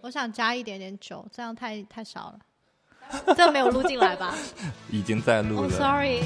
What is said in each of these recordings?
我想加一点点酒，这样太少了。这个没有录进来吧？ 已经在录了。 Oh, sorry。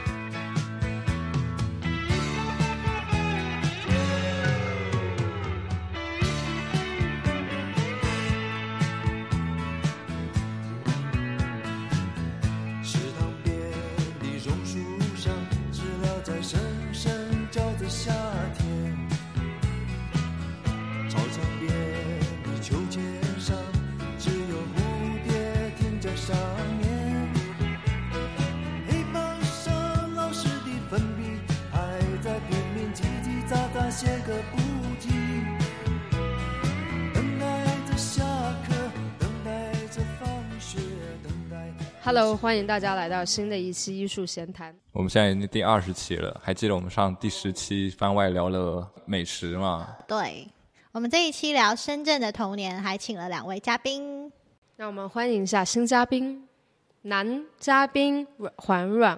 写个不停，等待着下课，等待着放学，等待。 Hello， 欢迎大家来到新的一期艺术闲谈。 我们现在已经第20期了，还记得我们上第10期番外聊了美食吗？ 对，我们这一期聊深圳的童年，还请了2位嘉宾。 那我们欢迎一下新嘉宾，男嘉宾黄软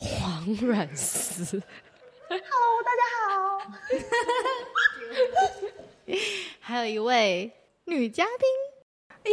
丝。 Hello， 大家好。还有一位女嘉宾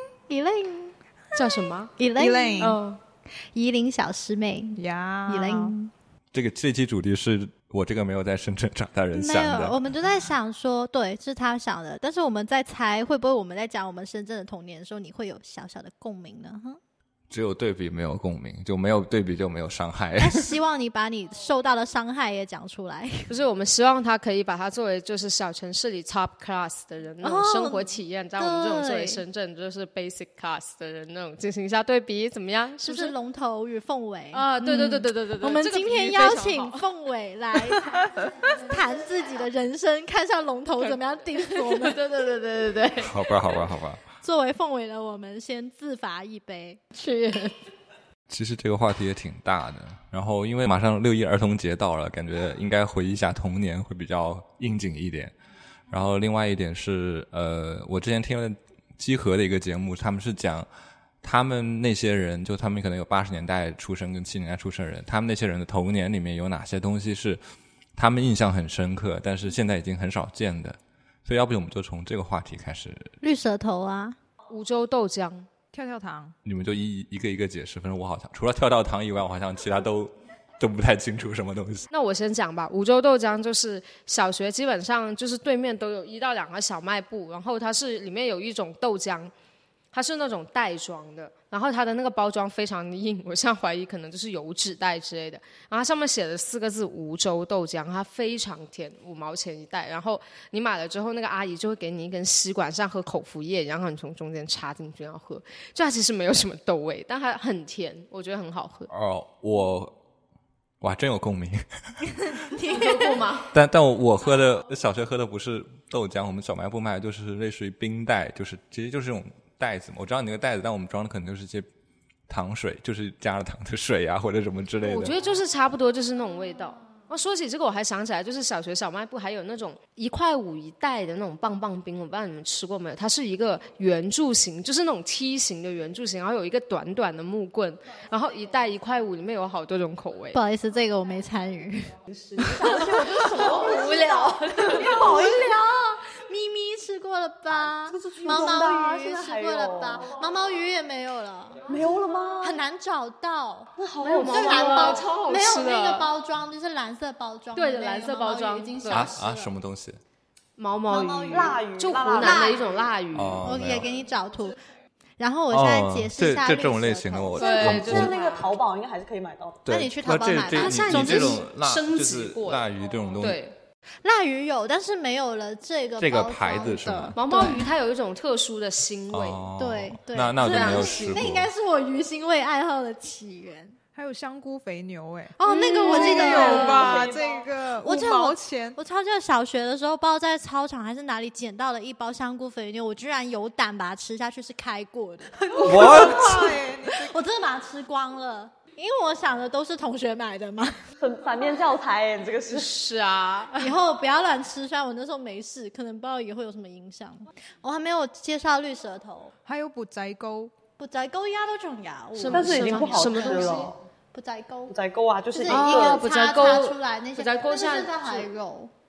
Elaine 叫什么 Elaine 哦， 宜林小师妹呀 Elaine。 这期主题是我这个没有在深圳长大人想的。 没有，我们就在想说，对，是他想的，但是我们在猜会不会我们在讲我们深圳的童年的时候，你会有小小的共鸣呢？ 只有对比没有共鸣，就没有对比就没有伤害。 但希望你把你受到的伤害也讲出来。 就是我们希望他可以把它作为就是小城市里 top class 的人那种生活体验，在我们这种作为深圳就是 basic class 的人那种进行一下对比，怎么样？是不就是龙头与凤尾啊？对， 我们今天邀请凤尾来谈自己的人生，看一下龙头怎么样diss我们。 对。 好吧。 作为凤尾的我们，先自罚一杯。 其实这个话题也挺大的，然后因为马上6·1儿童节到了，感觉应该回忆一下童年会比较应景一点。然后另外一点是，我之前听了集合的一个节目，他们是讲他们那些人，就他们可能有80年代出生跟70年代出生的人，他们那些人的童年里面有哪些东西是他们印象很深刻，但是现在已经很少见的。所以要不我们就从这个话题开始。 绿舌头啊， 梧州豆浆， 跳糖， 你们就一个一个解释。反正我好像除了跳糖以外，我好像其他都不太清楚什么东西。 那我先讲吧。梧州豆浆就是小学基本上就是对面都有1到2个小卖部，然后它是里面有一种豆浆，它是那种袋装的，然后它的那个包装非常的硬，我现在怀疑可能就是油纸袋之类的。然后它上面写的4个字梧州豆浆，它非常甜，5毛钱一袋。然后你买了之后，那个阿姨就会给你一根吸管，像喝口服液，然后你从中间插进去要喝。就它其实没有什么豆味，但它很甜，我觉得很好喝。 哦，我还真有共鸣。 你喝过吗？ 但我喝的小学喝的不是豆浆，我们小卖部卖的就是类似于冰袋，其实就是这种袋子嘛。我知道你那个袋子，但我们装的可能就是一些糖水，就是加了糖的水啊或者什么之类的。 我觉得就是差不多就是那种味道。说起这个我还想起来，就是小学小卖部还有那种1.5块一袋的那种棒棒冰，我不知道你们吃过没有。它是一个圆柱形，就是那种梯形的圆柱形，然后有一个短短的木棍，然后一袋1.5块，里面有好多种口味。 不好意思，这个我没参与。 而且我就是什么无聊， 好无聊。咪咪吃过了吧？毛毛鱼吃过了吧？毛毛鱼也没有了。 没有了吗？ 很难找到。 那好没有好毛毛啊，超好吃的。 没有那个包装，就是蓝色包装。 对的，蓝色包装已经消失了。 什么东西？ 毛毛鱼， 辣鱼， 就湖南的一种辣鱼。 我也给你找图。然后我现在解释一下这种类型的我对， 就是那个淘宝应该还是可以买到的。 那你去淘宝买吧。 它现在你这种升级过辣鱼这种东西。 对。 辣鱼有，但是没有了这个牌子是吗？ 毛毛鱼它有一种特殊的腥味。 对， 那我就没有试过。 那应该是我鱼腥味爱好的起源。 还有香菇肥牛那个我记得有吧？这个5毛钱。 我超记得小学的时候，不知道在操场还是哪里捡到了一包香菇肥牛，我居然有胆把它吃下去，是开过的。我真的把它吃光了。因为我想的都是同学买的嘛， 很反面教材这个是啊， 以后不要乱吃。虽然我那时候没事，可能不知道也会有什么影响。我还没有介绍绿舌头， 还有卜仔糕， 卜仔糕依家都仲有， 但是已经不好吃了。 卜仔糕， 卜仔糕啊，就是一个卜仔糕插出来那些， 卜仔糕现在还有。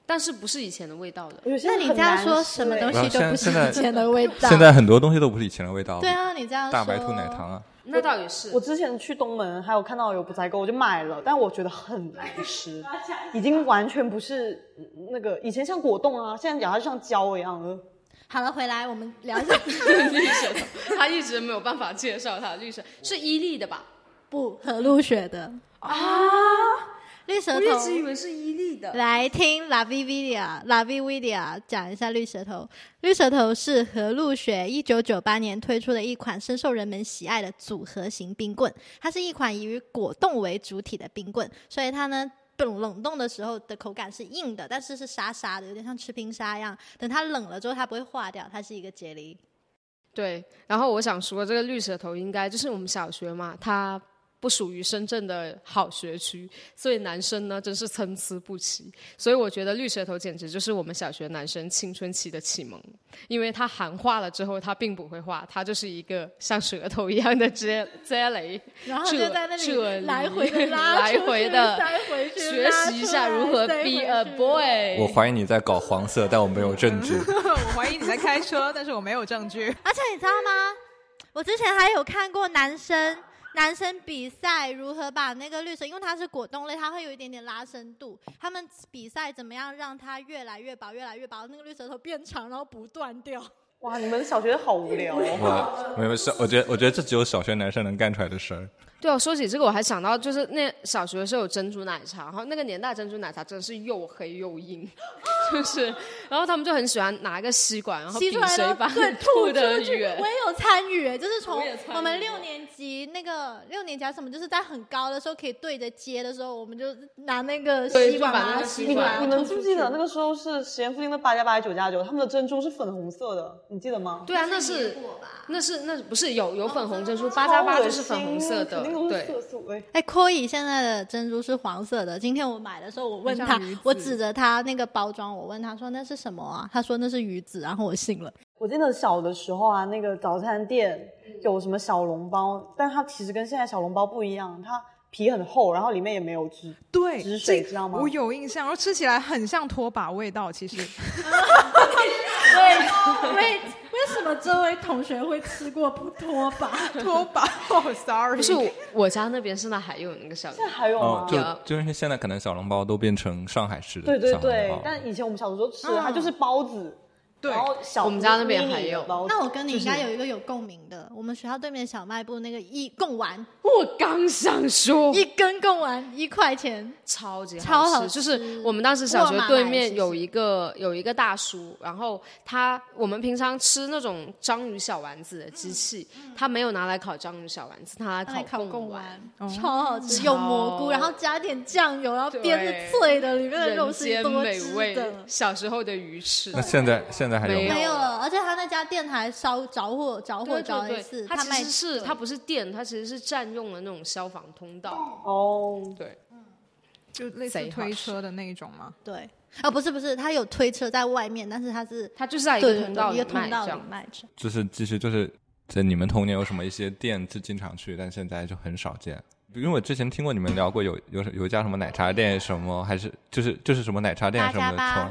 但是不是以前的味道的。 那你这样说，什么东西都不是以前的味道。 现在很多东西都不是以前的味道。 对啊，你这样说。 大白兔奶糖啊， 那倒也是。 我之前去东门还有看到有不摘沟，我就买了，但我觉得很难吃，已经完全不是那个以前像果冻啊，现在咬它就像胶一样了。 好了，回来我们聊一下绿舌头，他一直没有办法介绍他的绿舌是伊利的吧？ 不，和路雪的啊。绿舌头， 我一直以为是伊利的。 来听 Lavividia 讲一下绿舌头。绿舌头是和路雪1998年推出的一款深受人们喜爱的组合型冰棍，它是一款以果冻为主体的冰棍，所以它呢冷冻的时候的口感是硬的，但是是沙沙的，有点像吃冰沙一样。等它冷了之后，它不会化掉，它是一个啫喱。 对，然后我想说，这个绿舌头应该就是我们小学嘛，它不属于深圳的好学区，所以男生呢真是参差不齐。所以我觉得绿舌头简直就是我们小学男生青春期的启蒙，因为它含化了之后，它并不会化，它就是一个像舌头一样的啫喱， 然后就在那里来回的拉来回的回去学习一下如何 be a boy。 我怀疑你在搞黄色，但我没有证据。 我怀疑你在开车，但是我没有证据。 而且你知道吗？我之前还有看过男生比赛如何把那个绿舌，因为它是果冻类，它会有一点点拉伸度。他们比赛怎么样让它越来越薄，越来越薄，那个绿舌头变长，然后不断掉。 哇，你们小学好无聊哦！ 没有事，我觉得这只有小学男生能干出来的事儿。 对啊，说起这个我还想到，就是那小学的时候有珍珠奶茶，然后那个年代珍珠奶茶真的是又黑又硬，就是，然后他们就很喜欢拿一个吸管，然后比谁把吐得远。 我也有参与，就是从我们6年级什么，就是在很高的时候可以对着接的时候，我们就拿那个吸管把那个吸管。 你们记不记得那个时候是实验附近的8+8、9+9，他们的珍珠是粉红色的，你记得吗？ 对啊，那不是有粉红珍珠，8+8就是粉红色的。 对， Koi 现在的珍珠是黄色的。今天我买的时候，我问他，我指着他那个包装，我问他说那是什么啊？他说那是鱼子，然后我信了。 我记得小的时候啊，那个早餐店有什么小笼包，但它其实跟现在小笼包不一样，它皮很厚，然后里面也没有汁水，知道吗？ 我有印象，然后吃起来很像拖把味道，其实。 为什么这位同学会吃过拖把？ 拖把，sorry， 不是我家那边现在还有那个小笼包， 现在还有吗？ 就是现在可能小笼包都变成上海市的对小笼包， 但以前我们小的时候吃的它就是包子。 对， 然后我们家那边还有。 那我跟你应该有一个有共鸣的，我们学校对面小卖部那个贡丸， 我刚想说一根贡丸1块钱， 超级超好吃。 就是我们当时小学对面有一个大叔，然后我们平常吃那种章鱼小丸子的机器，他没有拿来烤章鱼小丸子，他来烤贡丸， 超好吃，有蘑菇，然后加点酱油，然后边是脆的，里面的肉是多汁的。 小时候的鱼翅。 那现在还有没有了，而且他那家店还着火一次。 他其实是他不是店，他其实是占用了那种消防通道。 哦， 对， 就类似推车的那种吗？ 对，不是，他有推车在外面，但是他就是在一个通道里卖着。 就是其实就是在你们童年有什么一些店是经常去，但现在就很少见。因为我之前听过你们聊过有一家什么奶茶店什么，还是就是什么奶茶店什么的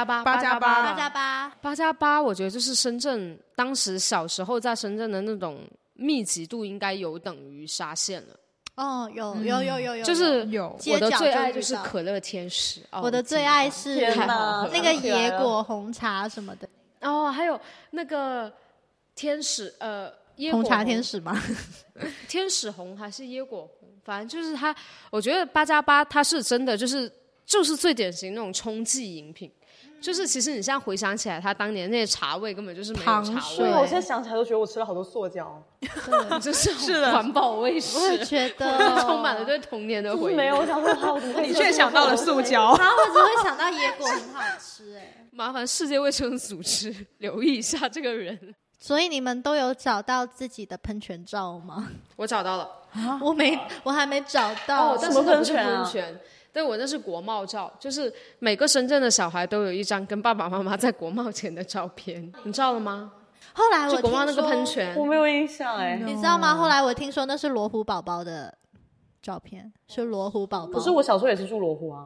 8+8，我觉得就是深圳当时小时候在深圳的那种密集度应该有等于沙县了。 哦，有， 就是有。 我的最爱就是可乐天使， 我的最爱是那个野果红茶什么的。 哦，还有那个天使红茶天使吗？ 天使红还是椰果红？反正就是它，我觉得8+8它是真的就是最典型那种冲剂饮品。就是其实你现在回想起来，它当年那些茶味根本就是没有茶味。 对，我现在想起来都觉得我吃了好多塑胶。 对，就是环保卫士。 我也觉得充满了对童年的回忆。 没有，我想说我怎么会？ 你却想到了塑胶。 然后我只会想到椰果很好吃麻烦世界卫生组织留意一下这个人。 所以你们都有找到自己的喷泉照吗？ 我找到了我还没找到。 但是那不是喷泉，对，我那是国贸照，就是每个深圳的小孩都有一张跟爸爸妈妈在国贸前的照片。你照了吗？ 后来我听说国贸那个喷泉， 我没有印象你知道吗？后来我听说那是罗湖宝宝的照片，是罗湖宝宝。 可是我小时候也是住罗湖啊。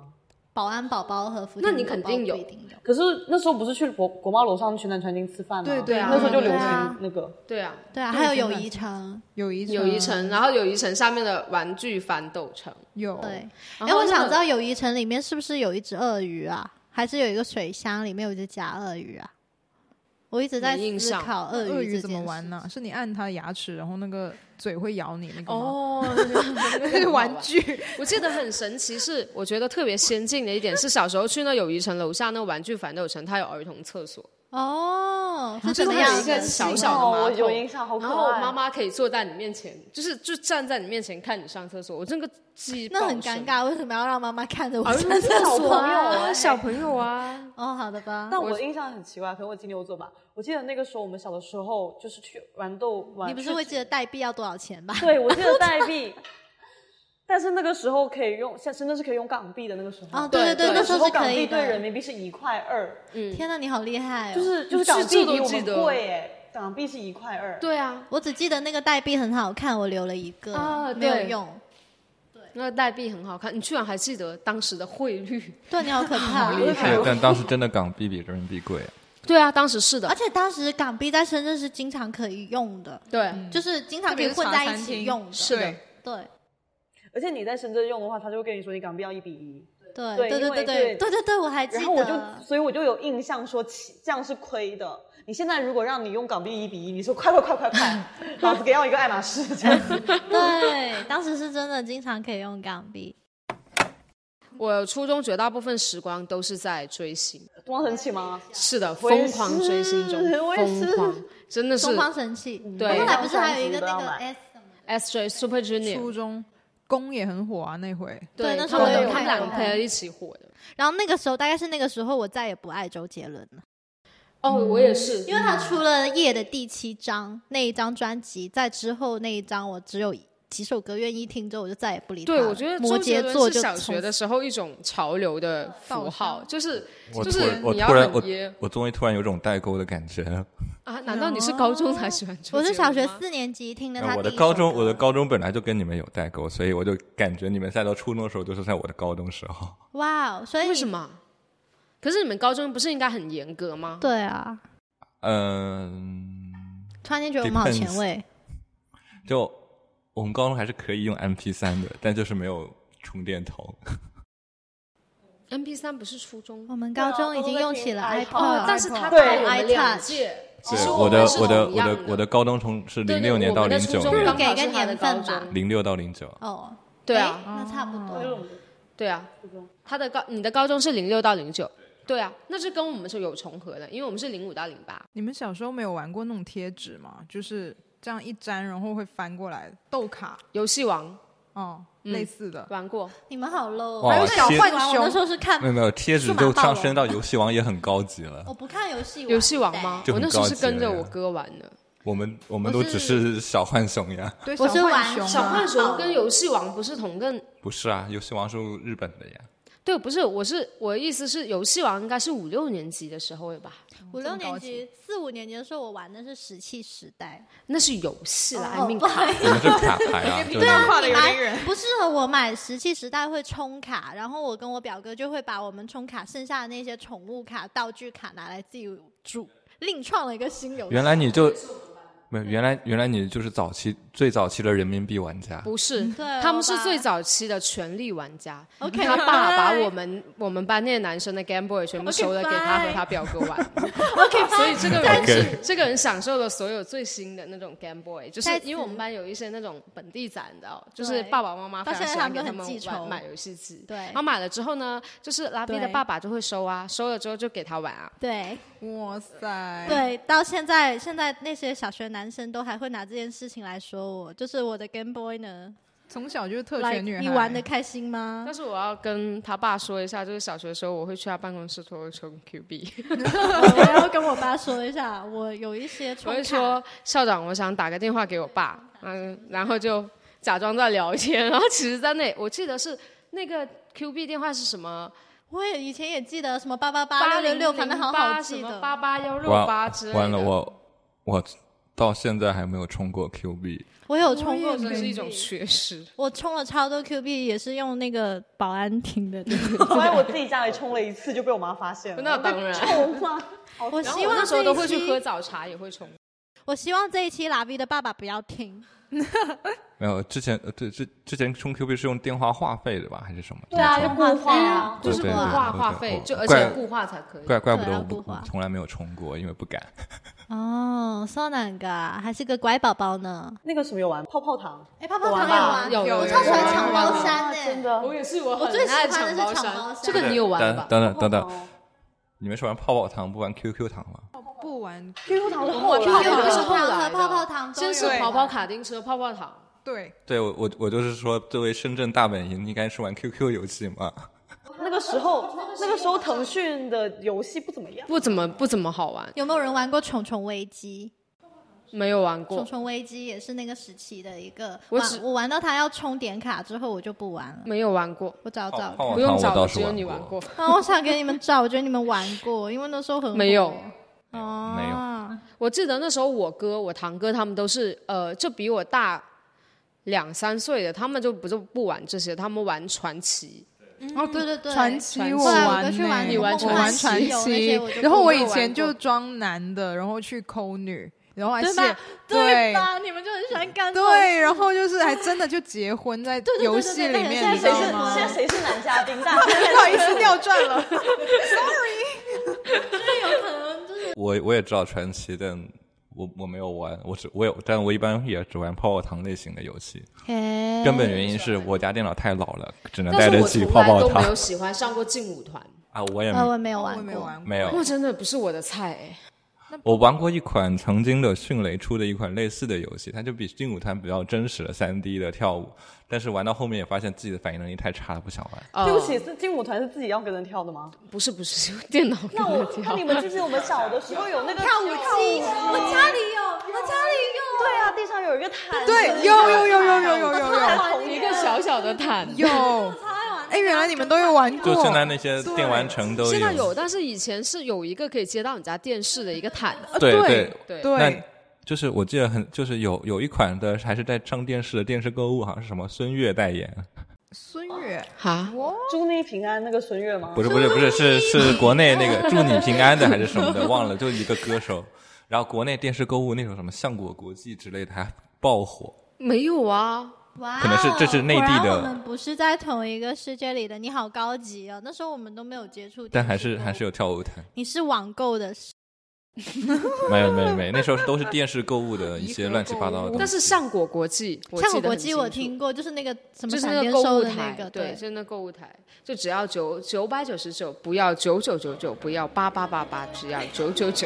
保安宝宝和福那你建宝宝肯定有不一定有。 可是那时候不是去国贸楼上去南船町吃饭吗？ 对啊那时候就流对啊行那个。 对啊， 对啊，还有友谊城。 友谊友谊城，然后友谊城下面的玩具反斗城。 有对， 然后我想知道友谊城里面是不是有一只鳄鱼啊？还是有一个水箱里面有一只假鳄鱼啊？我一直在思考鳄鱼怎么玩呢？是你按它的牙齿，然后那个嘴会咬你那个吗？ 哦， 那是玩具。 我记得很神奇，是我觉得特别先进的一点是小时候去那友谊城楼下那玩具反斗城，它有儿童厕所。 哦，是就是怎么样它有一个小小的马我桶， 有印象，好可爱。 然后我妈妈可以坐在你面前，就站在你面前看你上厕所，我这个记忆那很尴尬，为什么要让妈妈看着我儿童上厕所厕所啊？ 啊，小朋友啊。 哦，好的吧。 但我印象很奇怪，可能我金牛座吧。我记得那个时候我们小的时候，就是去玩你不是会记得代币要多少钱吧？ 对，我记得代币。但是那个时候可以用，像深圳是可以用港币的那个时候。 哦，对对，那时候是可以的。 港币对人民币是1.2。 天哪，你好厉害哦！ 就是港币比我们贵哎，港币是1.2。 对啊， 我只记得那个代币很好看，我留了一个啊， 没有用。 那个代币很好看，你居然还记得当时的汇率？ 对，你好可怕， 对，但当时真的港币比人民币贵。 对啊，当时是的。 而且当时港币在深圳是经常可以用的， 对， 就是经常可以混在一起用的。 是的， 对。 而且你在深圳用的话，他就会跟你说你港币要1:1。 对，我还记得。 然后所以我就有印象说这样是亏的。你现在如果让你用港币1:1，你说快，老子给要一个爱马仕这样子。 对，当时是真的经常可以用港币。 我初中绝大部分时光都是在追星。 东方神起吗？ 是的，疯狂追星中，疯狂，真的是东方神起。 对， 后来不是还有一个那个 S Super Junior， 初中宫也很火啊，那回。 对，那时候他们两个配在一起火的。 然后那个时候，大概是那个时候，我再也不爱周杰伦了。 哦，我也是， 因为他出了《夜》的第7章那一张专辑，在之后那一张我只有几首歌愿意听，之后我就再也不理他了。 对，我觉得摩羯座是小学的时候一种潮流的符号，就是你要很耶。 我终于突然有种代沟的感觉啊！难道你是高中才喜欢周杰伦吗？ 我是小学4年级听的他第一首歌。 我的高中本来就跟你们有代沟，所以我就感觉你们在到初中的时候，就是在我的高中时候。 哇，所以为什么？可是你们高中不是应该很严格吗？ 对啊。突然间觉得我们好前卫。 就我们高中还是可以用 MP3 的，但就是没有充电头。 MP3 不是初中， 我们高中已经用起了 iPod， 但是它大我们2届。 对，我的高中是06年到09年， 给个年份吧 ，06到09。 哦， 对啊， 那差不多。 对啊，你的高中是06到09。对啊，那是跟我们是有重合的，因为我们是05到08。 你们小时候没有玩过那种贴纸吗？就是这样一粘，然后会翻过来斗卡、 游戏王， 类似的玩过。 你们好 low， 还有小浣熊。 我那时候是看没有贴纸就上升到游戏王也很高级了。 我不看游戏王。 游戏王吗？我那时候是跟着我哥玩的。 我们都只是小浣熊呀。 对， 我是玩小浣熊跟游戏王不是同个。 不是啊，游戏王是日本的呀。 对，不是，我的意思是，游戏王应该是5、6年级的时候吧 ？5、6年级、4、5年级的时候，我玩的是石器时代， 那是游戏啦，I mean卡， 我们是卡牌啊。 对啊，你买不适合我买石器时代会充卡，然后我跟我表哥就会把我们充卡剩下的那些宠物卡、道具卡拿来自己另创了一个新游戏。 原来你就。没有，原来你就是最早期的人民币玩家。 不是，他们是最早期的权力玩家。 OK， 他爸把我们班那些男生的 Game Boy 全部收了给他和他表哥玩。 OK， 所以这个人享受了所有最新的那种 Game Boy， 就是因为我们班有一些那种本地仔的，就是爸爸妈妈非常喜欢给他们买游戏机。 对， 然后买了之后呢，就是拉比的爸爸就会收啊，收了之后就给他玩啊。 对， 哇塞， 对，到现在那些小学男生都还会拿这件事情来说我，就是我的 Game Boy 呢， 从小就是特权女孩。 你玩的开心吗？ 但是我要跟他爸说一下，就是小学的时候我会去他办公室偷充 Q 币。 我要跟我爸说一下，我有一些充卡。 我会说校长，我想打个电话给我爸，然后就假装在聊天，然后其实在那，我记得是那个 Q 币电话是什么？ 我以前也记得什么888、666，反正好好记得。 什么88168之类的。 完了，我到现在还没有充过 Q 币。 我有充过， 真是一种缺失。 我充了超多 Q 币，也是用那个保安亭的。 后来我自己家里充了一次就被我妈发现了。 那当然， 充吗？ 我希望那时候都会去喝早茶，也会充。 我希望这一期拉 V 的爸爸不要听。 没有，之前之前充 Q 币是用电话话费的吧，还是什么？ 对啊，用固话啊， 就是固话话费，就而且固话才可以。 怪不得我从来没有充过，因为不敢。 哦，そうなんか，还是个乖宝宝呢。 那个什么有玩泡泡糖？ 泡泡糖有， 我超喜欢抢包山的， 真的。 我也是，我最喜爱欢的是抢包山。 山。 这个你有玩吧？ 等，你们是玩泡泡糖不玩 QQ 糖吗？ 不玩 QQ 糖是后来 ，QQ 是后来的，泡泡糖先是跑跑卡丁车、泡泡糖。 对，我就是说，作为深圳大本营，应该是玩 QQ 游戏嘛。 那个时候腾讯的游戏不怎么样， 不怎么好玩。 有没有人玩过虫虫危机？ 没有玩过。 虫虫危机也是那个时期的一个，我玩到它要充点卡之后我就不玩了。 没有玩过， 我找， 不用找，只有你玩过。 我想给你们找，我觉得你们玩过，因为那时候很火。 没有。 哦， 没有。 我记得那时候我堂哥他们都是就比我大2-3岁的，他们就不玩这些，他们玩传奇。 哦， 对， 传奇我玩呢， 你玩传奇，然后我以前就装男的，然后去抠女，然后还是对吧？你们就很喜欢干对，然后就是还真的就结婚在游戏里面，你知道吗？ 现在谁是男嘉宾？不好意思掉转了，sorry。 就是有可能就是我也知道传奇，但我没有玩，但我一般也只玩泡泡糖类型的游戏。根本原因是我家电脑太老了，只能带得起泡泡糖。 但是我从来都没有喜欢上过劲舞团啊，我没有玩过， 没有。 那真的不是我的菜我玩过一款曾经的迅雷出的一款类似的游戏，它就比劲舞团比较真实的 3D 的跳舞，但是玩到后面也发现自己的反应能力太差了，不想玩。 对不起，是劲舞团是自己要跟着跳的吗？ 不是，电脑跟着跳。 那你们记得我们小的时候有那个跳舞机？我家里有。 对啊，地上有一个毯。 对，有一个小小的毯。 有。哎，原来你们都有玩过。 就现在那些电玩城都有。 现在有，但是以前是有一个可以接到你家电视的一个毯。 对。 那就是我记得就是有一款的还是在上电视的电视购物，好像是什么孙悦代言。 孙悦哈？ 祝你平安那个孙悦吗？ 不是，是国内那个祝你平安的还是什么的，忘了，就一个歌手。然后国内电视购物那种什么橡果国际之类的还爆火。 没有啊。 哇， 可能是这是内地的。 果然我们不是在同一个世界里的，你好高级哦！那时候我们都没有接触， 但还是有跳舞毯。 你是网购的？ 没有，那时候都是电视购物的一些乱七八糟的东西。 但是橡果国际我听过，就是那个什么闪电收的那个， 对，就是那购物台，就只要999，不要9999，不要8888，只要999。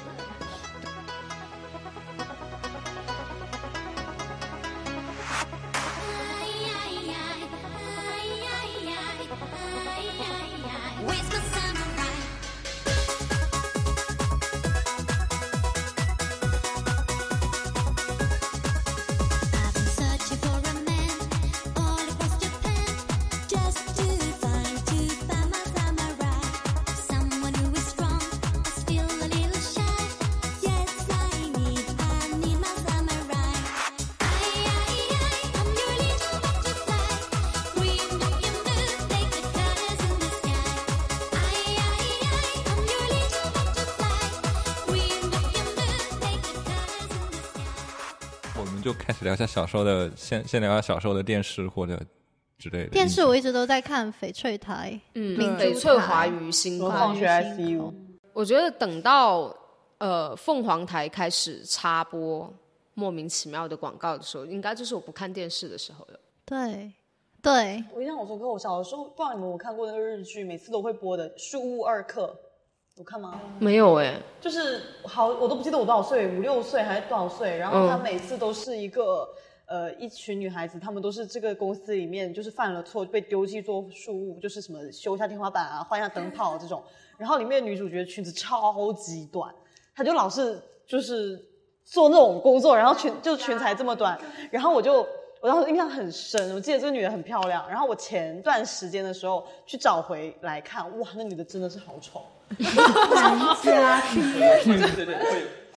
就开始聊一下小时候的，先聊下小时候的电视或者之类的。 电视我一直都在看翡翠台， 翡翠华语星空。 放学 ICU。 我觉得等到凤凰台开始插播莫名其妙的广告的时候，应该就是我不看电视的时候了。 对， 我印象好深刻，我小的时候不知道你们有看过那个日剧，每次都会播的《树屋2课》。有看吗？ 没有就是我都不记得我多少岁，5、6岁还是多少岁。然后他每次都是一个一群女孩子，她们都是这个公司里面就是犯了错被丢弃做庶务，就是什么修一下天花板啊，换一下灯泡这种。然后里面的女主角裙子超级短，她就老是就是做那种工作，然后裙才这么短。然后我当时印象很深，我记得这个女的很漂亮。然后我前段时间的时候去找回来看，哇，那女的真的是好丑。 对，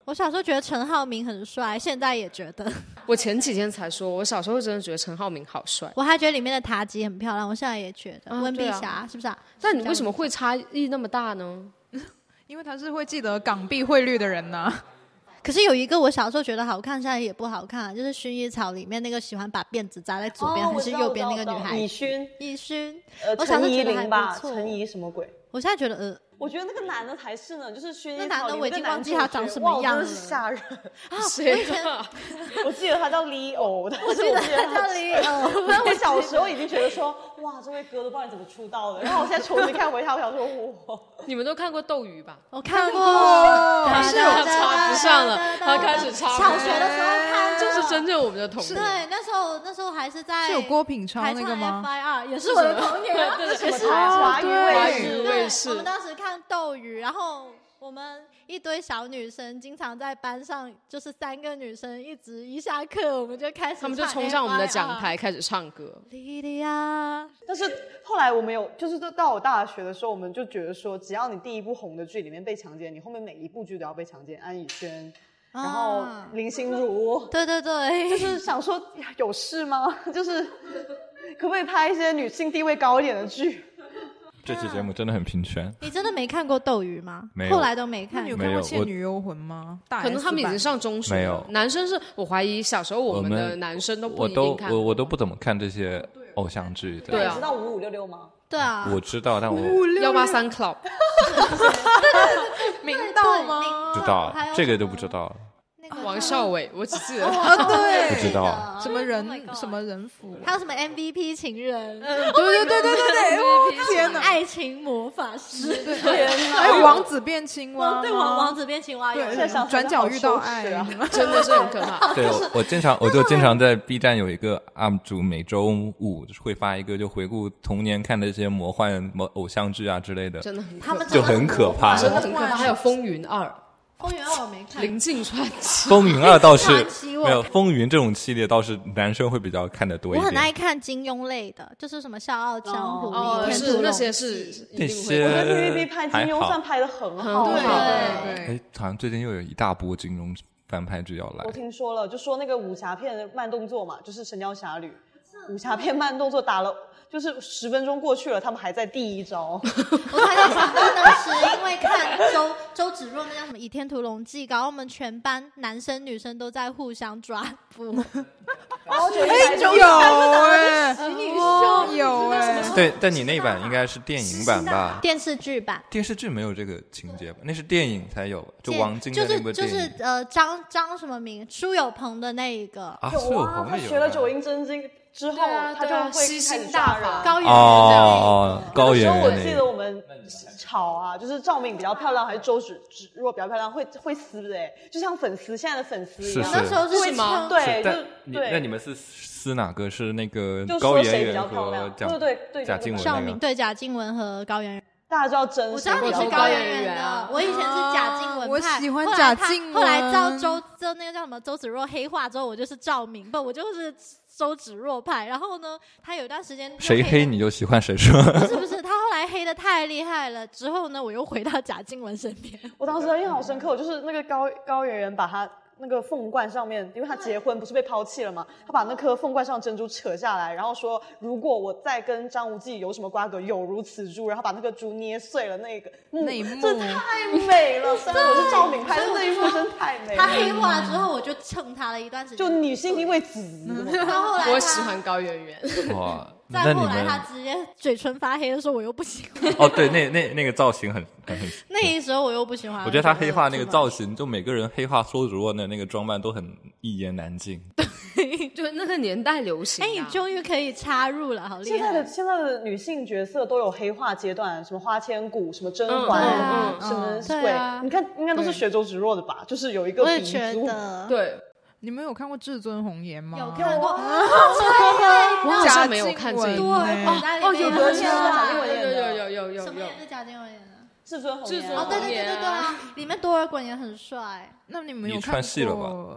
我小时候觉得陈浩民很帅，现在也觉得。 我前几天才说，我小时候真的觉得陈浩民好帅。 我还觉得里面的妲己很漂亮，我现在也觉得。温碧霞是不是啊？ 但你为什么会差异那么大呢？ 因为他是会记得港币汇率的人呐。 可是有一个我小时候觉得好看，现在也不好看，就是薰衣草里面那个喜欢把辫子扎在左边还是右边那个女孩。 李勋， 我小时候陈怡觉得还琳吧， 不错。 陈怡什么鬼？ 我现在觉得我觉得那个男的才是呢，就是薰衣草那男的我已经忘记他他长什么样了， 真是吓人。 谁啊？ 我记得他叫 Leo， 但是我记得他叫 Leo。 但我小时候已经觉得说，哇，这位哥都不知道你怎么出道的。然后我现在重新看回他，我想说，哇， 你们都看过斗鱼吧？ 我看过， 是我插不上了，他开始插。 小学的时候看， 这是真正我们的童年。 对，那时候还是在是有郭品超那个吗？ FIR 也是我的童年， 对， 什么台？华语卫视。 我们当时看斗鱼，然后我们一堆小女生经常在班上，就是3个女生一下课我们就开始唱， 他们就冲上我们的讲台开始唱歌。 莉莉娅。 但是后来我们有，就是到我大学的时候，我们就觉得说，只要你第一部红的剧里面被强奸，你后面每一部剧都要被强奸。安以轩，然后林心如， 对对对， 就是想说有事吗？就是可不可以拍一些女性地位高一点的剧？ 这期节目真的很平权。 你真的没看过斗鱼吗？ 没有， 后来都没看。 你有看过《倩女幽魂》吗？ 可能他们已经上中学了。 没有， 男生是我怀疑小时候我们的男生都不一定看。 我都不怎么看这些偶像剧的。 对啊， 你知道5566吗？ 对啊， 我知道，但我 183 Club 明道吗？ 知道，这个都不知道。 王少伟，我只记得对， 不知道什么人府， 还有什么 MVP 情人， 对，天哪， 爱情魔法师， 还有王子变青蛙， 对，王子变青蛙， 对，转角遇到爱， 真的是很可怕。 对，我就经常在 B 站有一个 UP 主，每周5会发一个就回顾童年看的这些魔幻偶像剧啊之类的， 真的就很可怕， 真的很可怕。还有风云2。 风云2我没看， 临近传奇。 风云2倒是没有，风云这种系列倒是男生会比较看得多一点。 我很爱看金庸类的，就是什么《笑傲江湖》 是那些是那些。 我觉得 TVB 拍金庸算拍得很好， 对。 哎，好像最近又有一大波金庸翻拍剧要来。 我听说了，就说那个武侠片慢动作嘛，就是《神雕侠侣》，武侠片慢动作打了。就是10分钟过去了，他们还在第一招。 我还在想，真的是因为看周芷若那叫什么《倚天屠龙记》，搞我们全班男生女生都在互相抓捕。 然后就有哎， 对，但你那版应该是电影版吧？ 电视剧版， 电视剧没有这个情节吧？那是电影才有，就王晶的那部电影。 就是张什么名？苏有朋的那一个啊，苏有朋他学了九阴真经。之后他就会吸星大法， 高圆圆高圆圆。 我记得我们吵啊，就是赵敏比较漂亮还是周芷若比较漂亮，会撕的，就像现在的粉丝一样。 那时候是吗？对， 对。那你们是撕哪个？是那个高圆圆和贾静雯？ 赵敏对贾静雯和高圆圆。 大家知道真， 我知道你是高圆圆的，我以前是贾静雯派， 我喜欢贾静雯。 后来照那个叫什么周芷若黑化之后，我就是赵敏，不，我就是周芷若派。然后呢，他有一段时间谁黑你就喜欢谁说？ 不是，他后来黑的太厉害了，之后呢，我又回到贾静雯身边。 我当时印象好深刻，就是那个高圆圆把他那个凤冠上面，因为他结婚不是被抛弃了吗？他把那颗凤冠上珍珠扯下来，然后说如果我再跟张无忌有什么瓜葛，有如此珠，然后把那个珠捏碎了，那一幕这太美了。虽然我是赵敏拍的，那一幕真太美了。 他黑化之后，我就蹭他了一段时间， 就女性因为紫。 后来我喜欢高圆圆。 哇。 再后来他直接嘴唇发黑的时候，我又不喜欢。 哦，对，那个造型很。 那时候我又不喜欢。 我觉得他黑化那个造型，就每个人黑化苏芷若的那个装扮都很一言难尽。 对，就那个年代流行。 哎，你终于可以插入了，好厉害！ 现在的女性角色都有黑化阶段，什么花千骨，什么甄嬛，什么鬼，你看应该都是学周芷若的吧？就是有一个鼻祖。 我也觉得。 对。 你们有看过《至尊红颜》吗？ 有看过， 我好像没有看这一部。 有德谦和贾静雯演的，有。 什么演是贾静雯演的？ 至尊红颜。 对啊，里面多尔衮也很帅。 那你们有看过？ 你串戏了吧？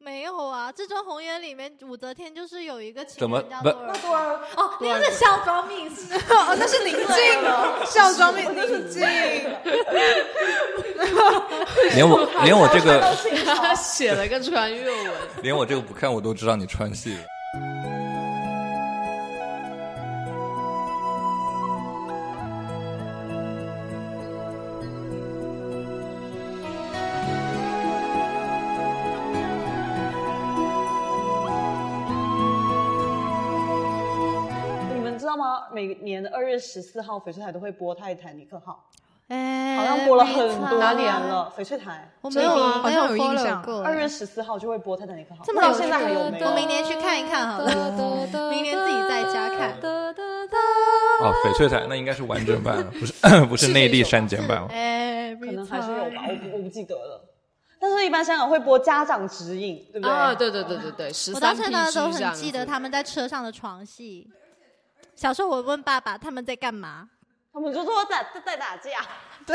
没有啊，《至尊红颜》里面武则天就是有一个情怎么人叫多尔多尔哦，那个是孝庄秘史， 哦，那是宁静，孝庄宁静。 连我这个他写了个穿越文， 连我这个不看我都知道你穿戏了。 知道吗？每年的2月14号，翡翠台都会播《泰坦尼克号》， 哎， 好像播了很多哪年了。翡翠台， 我没有啊， 好像有印象。 2月14号就会播《泰坦尼克号》， 这么到现在还有没有？ 我明年去看一看好了，明年自己在家看。 哦，翡翠台那应该是完整版了，不是内地删减版了。 哎， 可能还是有吧，我不记得了。但是，一般香港会播家长指引，对不对？ 啊，对，13 我到现在都 PG 很记得他们在车上的床戏。小时候我问爸爸他们在干嘛， 他们就说在打架。 对。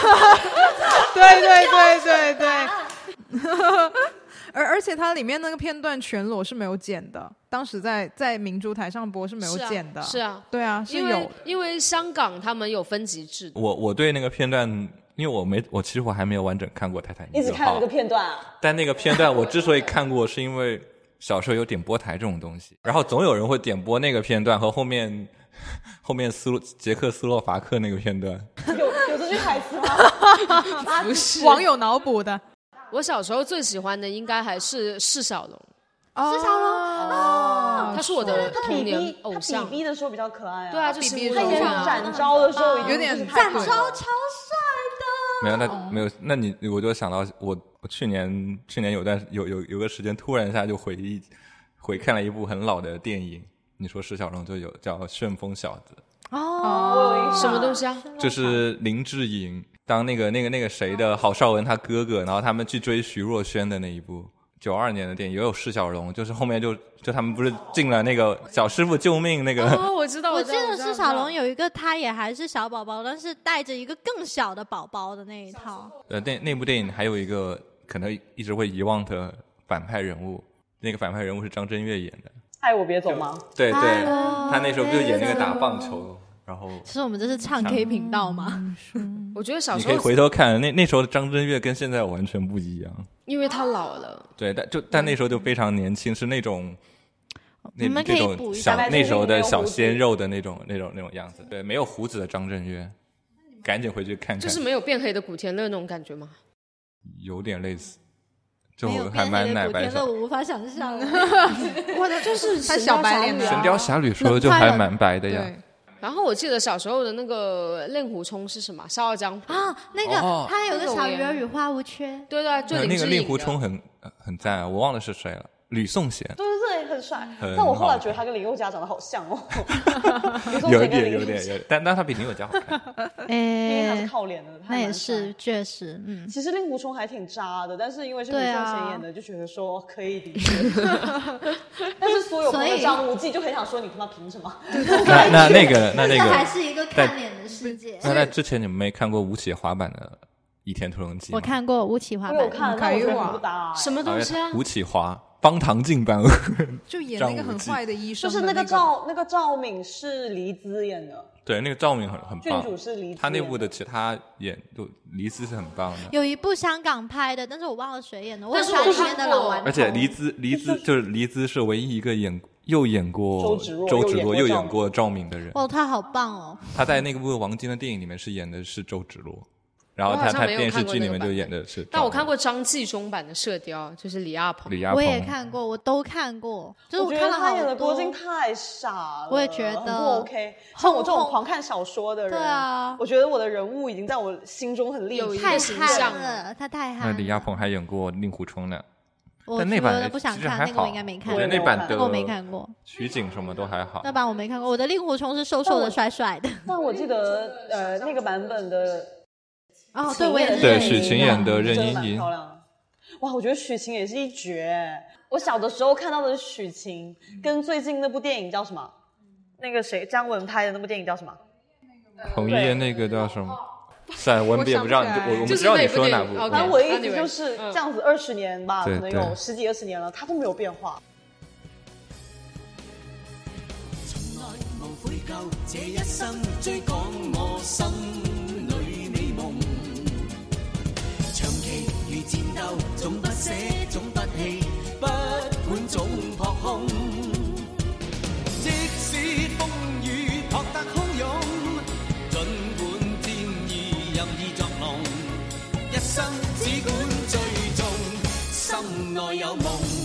而且它里面那个片段全裸是没有剪的，当时在明珠台上播是没有剪的。 是啊， 对啊，是有。 因为香港他们有分级制。 我对那个片段，因为我其实还没有完整看过《泰坦尼克号》， 一直看那个片段啊。 但那个片段我之所以看过，是因为小时候有点播台这种东西，然后总有人会点播那个片段和后面捷克斯洛伐克那个片段。 有这句台词吗？ 不是， 网友脑补的。 我小时候最喜欢的应该还是释小龙。 释小龙哦， 他是我的童年偶像。 他比的时候比较可爱啊。 对啊，就是他以前展昭的时候有点展昭超帅的。 没有，那我就想到我去年有个时间突然一下就回看了一部很老的电影，你说释小龙就有叫《旋风小子》 哦， 什么东西啊？ 就是林志颖当那个谁的郝邵文他哥哥，然后他们去追徐若瑄的那一部92年的电影，也有释小龙，就是后面就他们不是进了那个小师傅救命那个。 哦，我知道。 我记得释小龙有一个他也还是小宝宝，但是带着一个更小的宝宝的那一套。 那部电影还有一个可能一直会遗忘的反派人物，那个反派人物是张震岳演的。 爱我别走吗？ 对，他那时候不就演那个打棒球，然后其实我们这是唱 K 频道吗？ 我觉得小时候你可以回头看那时候的张震岳跟现在完全不一样， 因为他老了。 对，但那时候就非常年轻，是那种你们可以补一下那时候的小鲜肉的那种样子。对，没有胡子的张震岳，赶紧回去看看。 就是没有变黑的古天乐那种感觉吗？ 有点类似。就还蛮奶白的， 我无法想象。 哇，他就是他小白脸的。 神雕侠侣说的就还蛮白的呀。 然后我记得小时候的那个令狐冲是什么？《笑傲江湖》 啊，那个他有个小鱼儿与花无缺。 对，就那个令狐冲很赞啊，我忘了是谁了。吕颂贤， 对，很帅。但我后来觉得他跟林宥嘉长得好像哦。 有点，但他比林宥嘉好看。 因为他是靠脸的， 那也是确实。 其实令狐冲还挺渣的，但是因为是吕颂贤演的，就觉得说可以理解。但是所有朋友张无忌就很想说你他妈凭什么？ 那个还是一个看脸的世界。 那在之前你们没看过吴起滑板的《倚天屠龙记》？ 我看过吴起滑板， 我有看，但我觉得很不搭。 什么东西啊？ 吴起滑。帮唐晋班就演那个很坏的医生， 就是那个赵敏是黎姿演的。 对，那个赵敏很棒， 郡主是黎姿。 他那部的其他演就黎姿是很棒的。 有一部香港拍的，但是我忘了谁演的。我喜欢里面的老顽童。 而且黎姿是唯一一个又演过周芷若又演过赵敏的人。 哦，他好棒哦！ 他在那部王晶的电影里面是演的是周芷若。然后他电视剧里面就演的是， 但我看过张纪中版的《射雕》，就是李亚鹏。 我也看过，我都看过。就是我看了他演的郭靖太傻了， 我也觉得不 OK。像我这种狂看小说的人， 对啊， 我觉得我的人物已经在我心中很立体， 太憨了，他太憨了。 李亚鹏还演过令狐冲呢， 但那版不想看，那个我应该没看过。 那版的我没看过， 取景什么都还好。 那版我没看过，我的令狐冲是瘦瘦的、帅帅的。 但我记得那个版本的。 哦，对，我也是。 对，许晴演的任盈盈， 哇，我觉得许晴也是一绝。我小的时候看到的是许晴，跟最近那部电影叫什么？那个谁，姜文拍的那部电影叫什么？ 彭于晏那个叫什么？ 算了，我们也不知道， 我想不起来我们知道你说哪部。 就是那部电影反正我的意思就 Anyway， 是这样子，20年吧， 对可能有10几20年了，它都没有变化。 從來無悔疚，這一生追趕我心裏美夢，長期如戰鬥，總不捨，總不棄，不管總撲空。即使風雨撲得洶湧，儘管天意任意作弄，一生只管追蹤，心內有夢。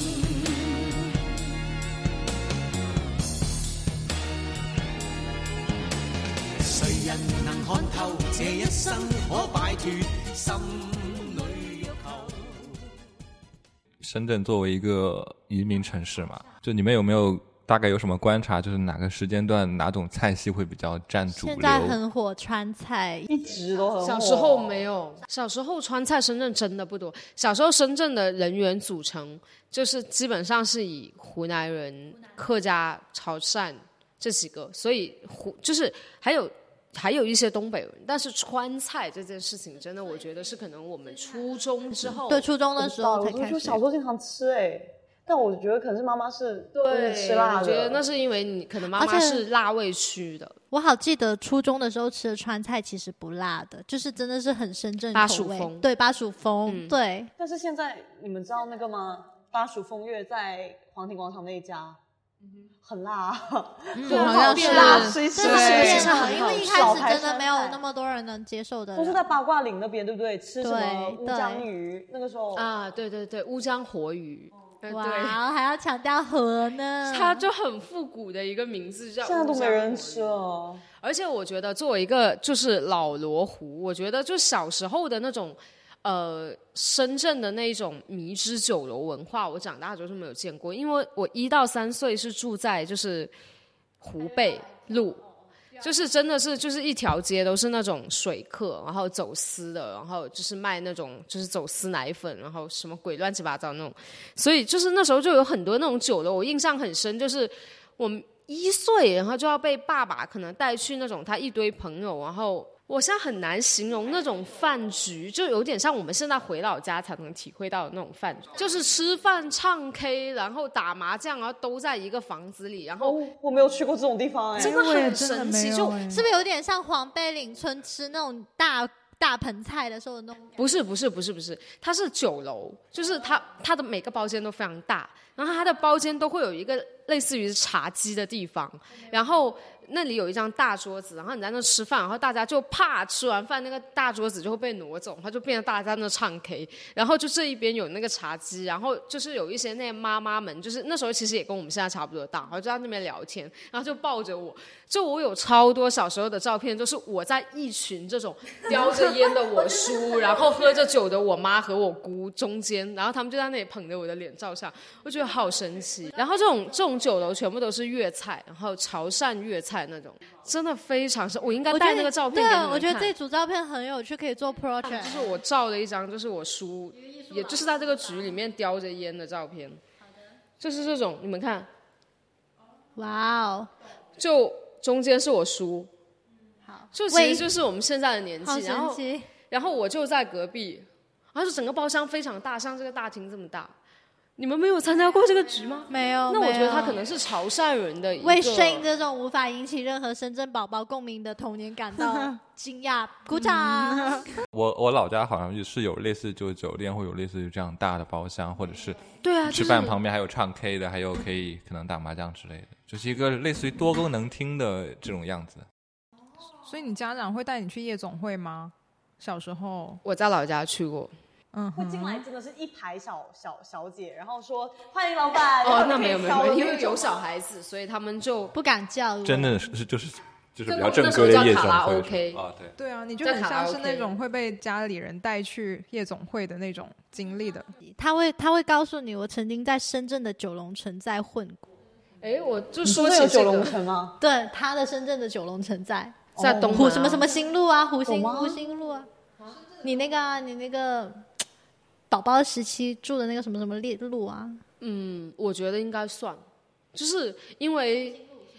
誰人能看透這一生可擺脫心裏欲求？ 深圳作为一个移民城市嘛，就你们有没有大概有什么观察？就是哪个时间段哪种菜系会比较占主流？ 现在很火川菜， 一直都很火。 小时候没有，小时候川菜深圳真的不多。小时候深圳的人员组成就是基本上是以湖南人、客家、潮汕这几个，所以就是还有一些东北人，但是川菜这件事情，真的我觉得是可能我们初中之后， 对，初中的时候才开始。 我小时候经常吃但我觉得可能是妈妈是吃辣的。 我觉得那是因为你可能妈妈是辣味区的。 我好记得初中的时候吃的川菜其实不辣的，就是真的是很深圳口味。 巴蜀风， 对，巴蜀风，对。 但是现在你们知道那个吗？巴蜀风月在皇庭广场那一家。很辣， 好像是辣吃一吃， 因为一开始真的没有那么多人能接受的。 都是在八卦岭那边，对不对？吃什么乌江鱼？那个时候啊，对，乌江活鱼。 哇，还要强调河呢， 它就很复古的一个名字，叫现在都没人吃了。 而且我觉得作为一个就是老罗湖，我觉得就小时候的那种深圳的那种迷之酒楼文化，我长大之后是没有见过，因为我1到3岁是住在就是湖北路。就是真的是就是一条街都是那种水客，然后走私的，然后就是卖那种就是走私奶粉，然后什么鬼乱七八糟那种，所以就是那时候就有很多那种酒楼，我印象很深，就是我1岁，然后就要被爸爸可能带去那种他一堆朋友，然后我现在很难形容那种饭局，就有点像我们现在回老家才能体会到的那种饭局，就是吃饭唱 K 然后打麻将，然后都在一个房子里，然后我没有去过这种地方真的很神奇， 就是不是有点像黄贝岭村吃那种大盆菜的时候的那种？ 不是，它是酒楼，就是它的每个包间都非常大，然后它的包间都会有一个类似于茶几的地方，然后那里有一张大桌子，然后你在那吃饭，然后大家就怕吃完饭那个大桌子就会被挪走，它就变成大家在那唱 K， 然后就这一边有那个茶几，然后就是有一些那些妈妈们，就是那时候其实也跟我们现在差不多大，然后就在那边聊天，然后就抱着我，就我有超多小时候的照片，就是我在一群这种叼着烟的我叔，然后喝着酒的我妈和我姑中间，然后他们就在那里捧着我的脸照相，我觉得好神奇。然后这种酒楼全部都是粤菜，然后潮汕粤菜那种，真的非常我应该带那个照片给你们看。 对，我觉得这组照片很有趣，可以做 project。 就是我照了一张，就是我叔，也就是在这个局里面叼着烟的照片，就是这种，你们看， 哇哦， 就中间是我叔， 好， 就其实就是我们现在的年纪，然后我就在隔壁，然后整个包厢非常大，像这个大厅这么大。你们没有参加过这个局吗？ 没有。 那我觉得他可能是潮汕人的一个。 为Shane这种无法引起任何深圳宝宝共鸣的童年感到惊讶，鼓掌。 我老家好像是有类似就是酒店会有类似于这样大的包厢，或者是对啊， 吃饭旁边还有唱 K 的，还有可能打麻将之类的，就是一个类似于多功能厅的这种样子。 所以你家长会带你去夜总会吗？小时候我在老家去过。 会进来真的是一排小姐，然后说欢迎老板。 哦，那没有，因为有小孩子，所以他们就不敢叫。 真的是就是比较正规的夜总会。 OK 啊， 对啊，你就很像是那种会被家里人带去夜总会的那种经历的。 他会告诉你，我曾经在深圳的九龙城寨混过。 哎，我就说起九龙城吗？ 对，他的深圳的九龙城寨在东门什么新路啊，湖心路啊。你那个宝宝时期住的那个什么路啊？ 我觉得应该算，就是因为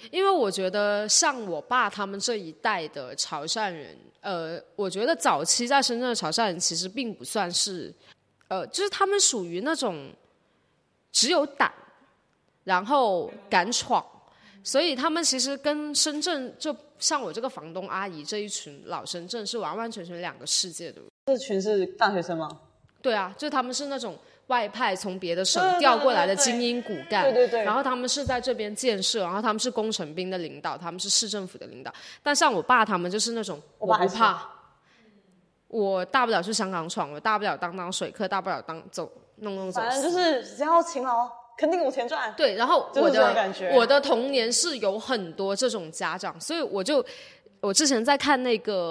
因为我觉得像我爸他们这一代的潮汕人，我觉得早期在深圳的潮汕人其实并不算是，就是他们属于那种只有胆，然后敢闯，所以他们其实跟深圳就像我这个房东阿姨这一群老深圳是完完全全两个世界的。 这群是大学生吗？ 对啊，就他们是那种外派从别的省调过来的精英骨干， 对， 然后他们是在这边建设，然后他们是工程兵的领导，他们是市政府的领导。但像我爸他们就是那种我不怕，我大不了去香港闯，我大不了当水客，大不了弄走， 反正就是只要勤劳肯定有钱赚。 对，然后我的童年是有很多这种家长，所以我之前在看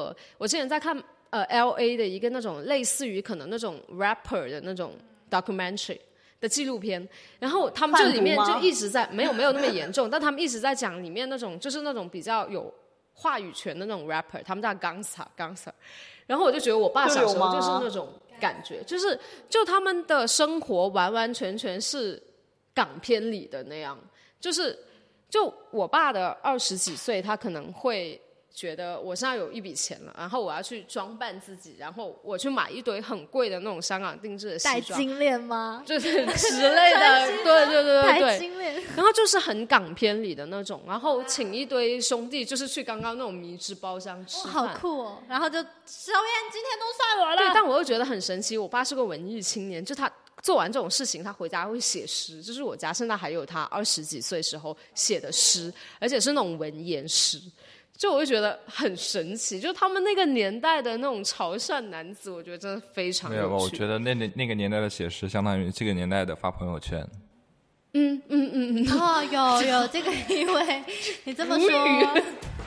LA 的一个那种类似于可能那种 rapper 的那种 documentary 的纪录片，然后他们这里面就一直在没有那么严重，但他们一直在讲里面那种就是那种比较有话语权的那种 rapper， 他们叫 gangster， 然后我就觉得我爸小时候就是那种感觉，就他们的生活完完全全是港片里的那样，就我爸的20几岁，他可能会觉得我现在有一笔钱了，然后我要去装扮自己，然后我去买一堆很贵的那种香港定制的西装， 戴金链吗？ 就是之类的，对， 戴金链， 然后就是很港片里的那种，然后请一堆兄弟就是去刚刚那种迷之包厢吃饭， 好酷哦！然后就小燕今天都算我了， 对，但我又觉得很神奇，我爸是个文艺青年，就他做完这种事情，他回家会写诗，就是我家现在还有他20几岁时候写的诗，而且是那种文言诗。就我就觉得很神奇，就他们那个年代的那种潮汕男子，我觉得真的非常有趣。 没有吧？我觉得那个年代的写诗，相当于这个年代的发朋友圈。 哦，有这个意味，你这么说。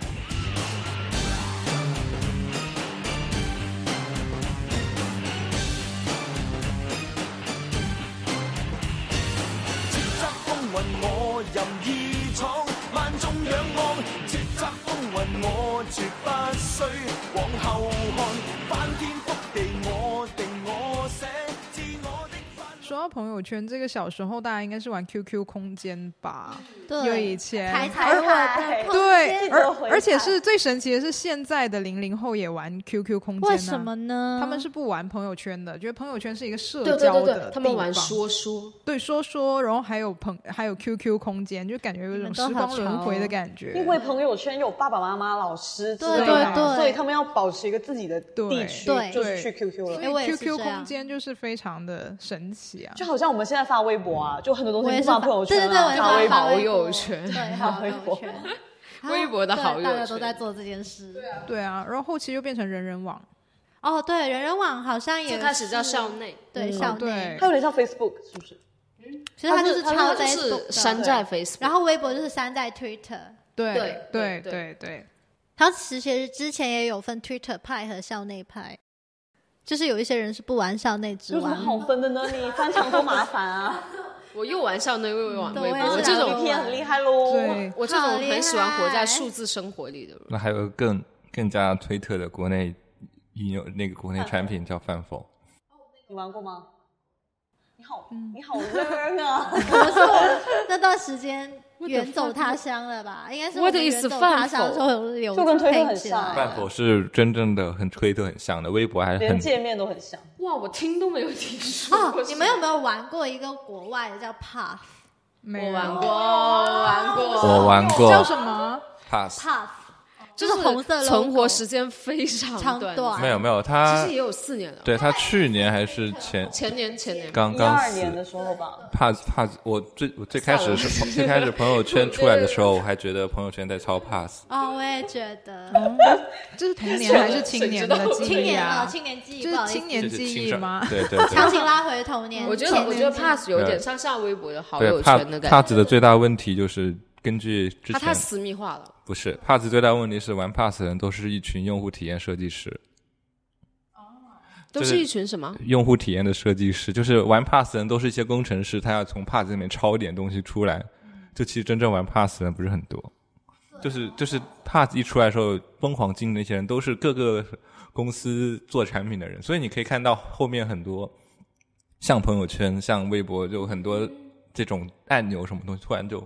我任意闖，萬眾仰望，叱咤風雲我絕不需往後看，翻天覆地我定我寫，自我的說到朋友圈，這個小時候大家應該是玩 QQ 空間吧？ 對， 有以前才我的空間， 對，而且是最神奇的是，現在的00後也玩 QQ 空間， 為什麼呢？ 他們是不玩朋友圈的，覺得朋友圈是一個社交的地方， 他們玩說說， 對說說，然後還有 QQ 空間，就感覺有一種時光輪迴的感覺。 因為朋友圈有爸爸媽媽、老師之類的，對， 所以他們要保持一個自己的地區，就是去 QQ 了。 所以 QQ 空間就是非常的神奇啊， 就好像我們現在發微博啊，就很多東西不發朋友圈啊， 發好友圈， 對，好友圈， 微博的好友圈， 大家都在做這件事。 對啊，然後後期又變成人人網。 哦，對，人人網好像也最開始叫校內， 對，校內， 它有點像 Facebook，是不是？ 其實它就是抄 Facebook， 山寨 Facebook， 然後微博就是山寨 Twitter。 對。 它其實之前也有分 Twitter 派和校內派。就是有一些人是不玩校內，只玩。 有什麼好分的呢？你翻牆多麻煩啊！ 我又玩校內，又玩微博， 我這種 VPN 很厲害咯。 對， 我這種很喜歡活在數字生活裡的人。 那還有更加推特的國內應用那個國內產品叫飯否。 你玩過嗎？你好 learn 啊！ 我那段時間遠走他鄉了吧？應該是我們遠走他鄉的時候有留就跟推特很像。 飯否是真正的很推特很像的，微博還很連界面都很像。 哇，我聽都沒有聽說。 哦，你們有沒有玩過一個國外的叫 Puff？ 沒有。 我玩過。 叫什麼 ？Puff。 就是紅色 logo， 存活時間非常短。 沒有，它其實也有4年了。 對，它去年還是前年剛 12年的時候吧。 Pass， 我最開始朋友圈出來的時候，我還覺得朋友圈在抄 Pass。 哦，我也覺得。 這是童年還是青年的記憶啊？ 青年記憶， 這是青年記憶嗎？ 對。 強行拉回童年。 我覺得 Pass 有點像下微博的好友圈的感覺。 Pass 的最大問題就是根據之前它太私密化了。 不是 Pass 最大問題是玩 Pass 的人都是一群用戶體驗設計師。 都是一群什麼？ 用戶體驗的設計師，就是玩 Pass 的人都是一些工程師，他要從 Pass 裡面抄一點東西出來。就其實真正玩 Pass 的人不是很多，就是 Pass 一出來的時候，瘋狂進那些人都是各個公司做產品的人，所以你可以看到後面很多像朋友圈、像微博，就很多這種按鈕什麼東西突然就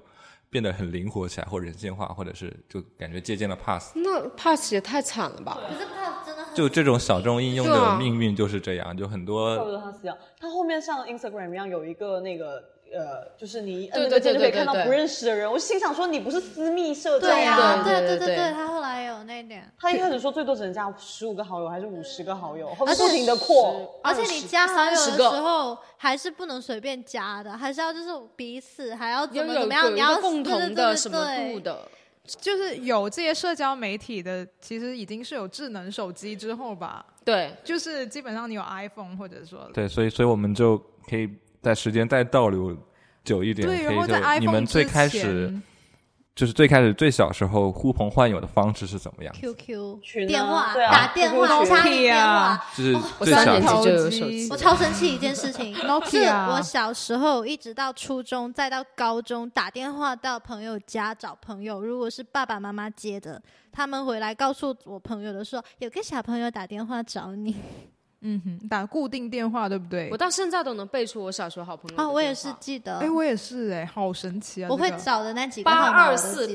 变得很灵活起来，或人性化，或者是就感觉借鉴了 Pass。 那 Pass 也太惨了吧？ 可是 Pass 真的很就这种小众应用的命运就是这样，就很多。 怪不得他死掉。他后面像 Instagram 一样有一个那个就是你摁那个键就可以看到不认识的人。我心想说你不是私密社交吗？对，他后来有那点。 他一开始说最多只能加15个好友还是50个好友，后面不停的扩。 而且你加好友的时候还是不能随便加的，还是要就是彼此还要怎么样，你要共同的什么度的。 就是有这些社交媒体的，其实已经是有智能手机之后吧。 对， 就是基本上你有 iPhone 或者说对，所以我们就可以在时间再倒流久一点， 对，然后在 iPhone 你们最开始就是最开始最小时候呼朋唤友的方式是怎么样 ？QQ 群电话， 对啊， 打电话，插电话， 就是我3年级就有手机。我超生气一件事情，是啊我小时候一直到初中再到高中打电话到朋友家找朋友，如果是爸爸妈妈接的，他们回来告诉我朋友的时候，有个小朋友打电话找你。 打固定电话对不对？ 我到现在都能背出我小学好朋友的电话。 我也是记得。 我也是好神奇啊！ 我会找的那几个号码 824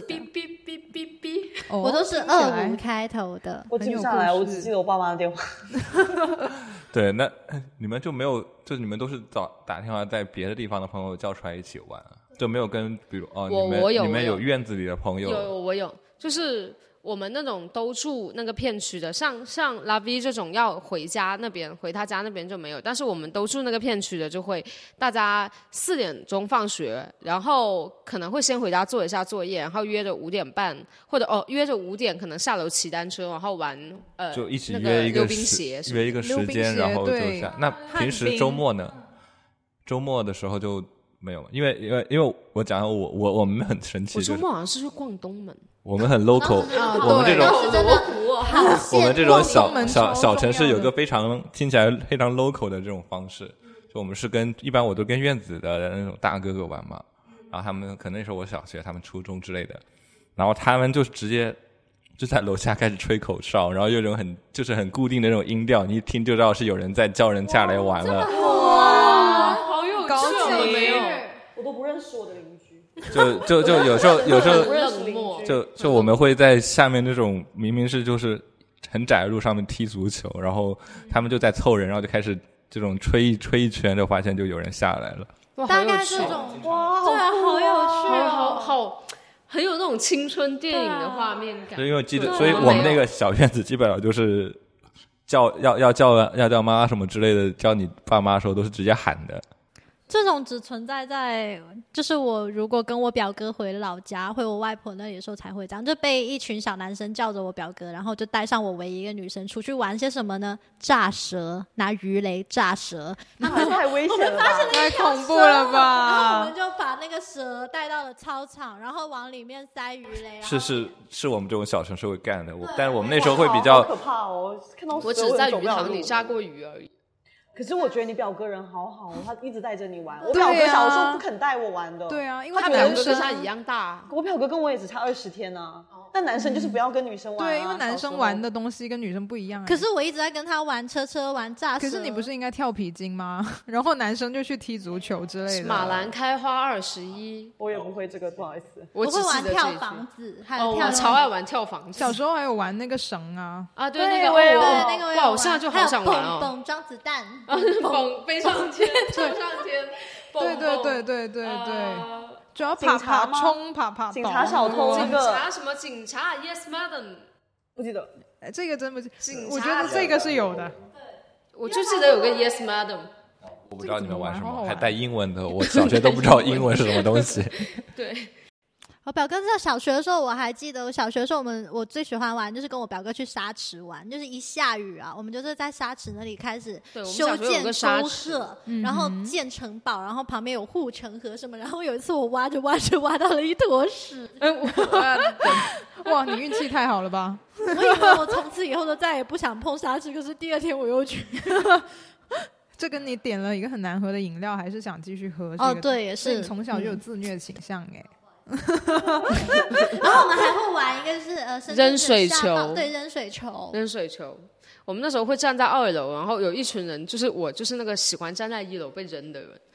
B， 我都是25开头的。 我记不下来，我只记得我爸妈的电话。 对，那你们就没有，就你们都是打电话在别的地方的朋友叫出来一起玩，就没有跟比如你们有院子里的朋友？ 我有，就是我们那种都住那个片区的，像 Lavi 这种要回家那边回他家那边就没有，但是我们都住那个片区的，就会大家4点钟放学，然后可能会先回家做一下作业，然后约着5点半或者约着5点可能下楼骑单车，然后玩就一起约一个时间，然后就下。那平时周末呢？周末的时候就没有，因为我讲我们很神奇， 我周末好像是去逛东门。 我们很 local，我们这种我们这种小城市有个听起来非常 local 的这种方式，就我们是一般我都跟院子的那种大哥哥玩嘛，然后他们可能那时候我小学，他们初中之类的，然后他们就直接就在楼下开始吹口哨，然后有种很固定的那种音调，你一听就知道是有人在叫人下来玩了。 哇，好有高级， 没有？ 我都不认识我的邻居。 就有时候就我们会在下面那种明明是就是很窄的路上面踢足球，然后他们就在凑人，然后就开始这种吹一圈，就发现就有人下来了。 大概这种哇，对啊，好有趣哦， 好很有那种青春电影的画面感。 因为记得，所以我们那个小院子基本上就是要叫妈妈什么之类的，叫你爸妈的时候都是直接喊的。 这种只存在在就是我如果跟我表哥回老家回我外婆那里的时候才会这样，就被一群小男生叫着我表哥，然后就带上我唯一一个女生出去玩些什么呢？炸蛇，拿鱼雷炸蛇。 太危险了吧， 太恐怖了吧。 然后我们就把那个蛇带到了操场，然后往里面塞鱼雷。 是我们这种小城市会干的，但是我们那时候会比较可怕哦，看到蛇我只在鱼塘里炸过鱼而已。 可是我觉得你表哥人好好，他一直带着你玩。我表哥小时候不肯带我玩的。 对啊，因为他表哥跟他一样大。 我表哥跟我也只差20天呢。但男生就是不要跟女生玩。 对，因为男生玩的东西跟女生不一样。 可是我一直在跟他玩车，玩炸蛇。 可是你不是应该跳皮筋吗？然后男生就去踢足球之类的。 马兰开花21， 我也不会这个，不好意思。 我会玩跳房子，还有我超爱玩跳房子。 小时候还有玩那个绳啊。 对，那个我也有。 那个哇，我现在就好想玩哦。 蹦装子弹， 蹦飞上天，冲上天。 对，就要爬冲爬警察小偷那个警察什么警察 Yes Madam 不记得， 这个真不记得。我觉得这个是有的， 我就记得有个 Yes Madam。 我不知道你们玩什么，还带英文的，我小学都不知道英文是什么东西。 对。 我表哥在小学的时候，我还记得，我小学的时候我最喜欢玩就是跟我表哥去沙池玩，就是一下雨啊，我们就是在沙池那里开始修建沟壑，然后建城堡，然后旁边有护城河什么，然后有一次我挖着挖到了一坨屎。 哇，你运气太好了吧！ 我以为我从此以后都再也不想碰沙池，可是第2天我又去。 这跟你点了一个很难喝的饮料，还是想继续喝？ 对，也是。 你从小就有自虐倾向然后我们还会玩一个是扔水球， 对，扔水球。 我们那时候会站在2楼，然后有一群人，就是我，就是那个喜欢站在1楼被扔的人，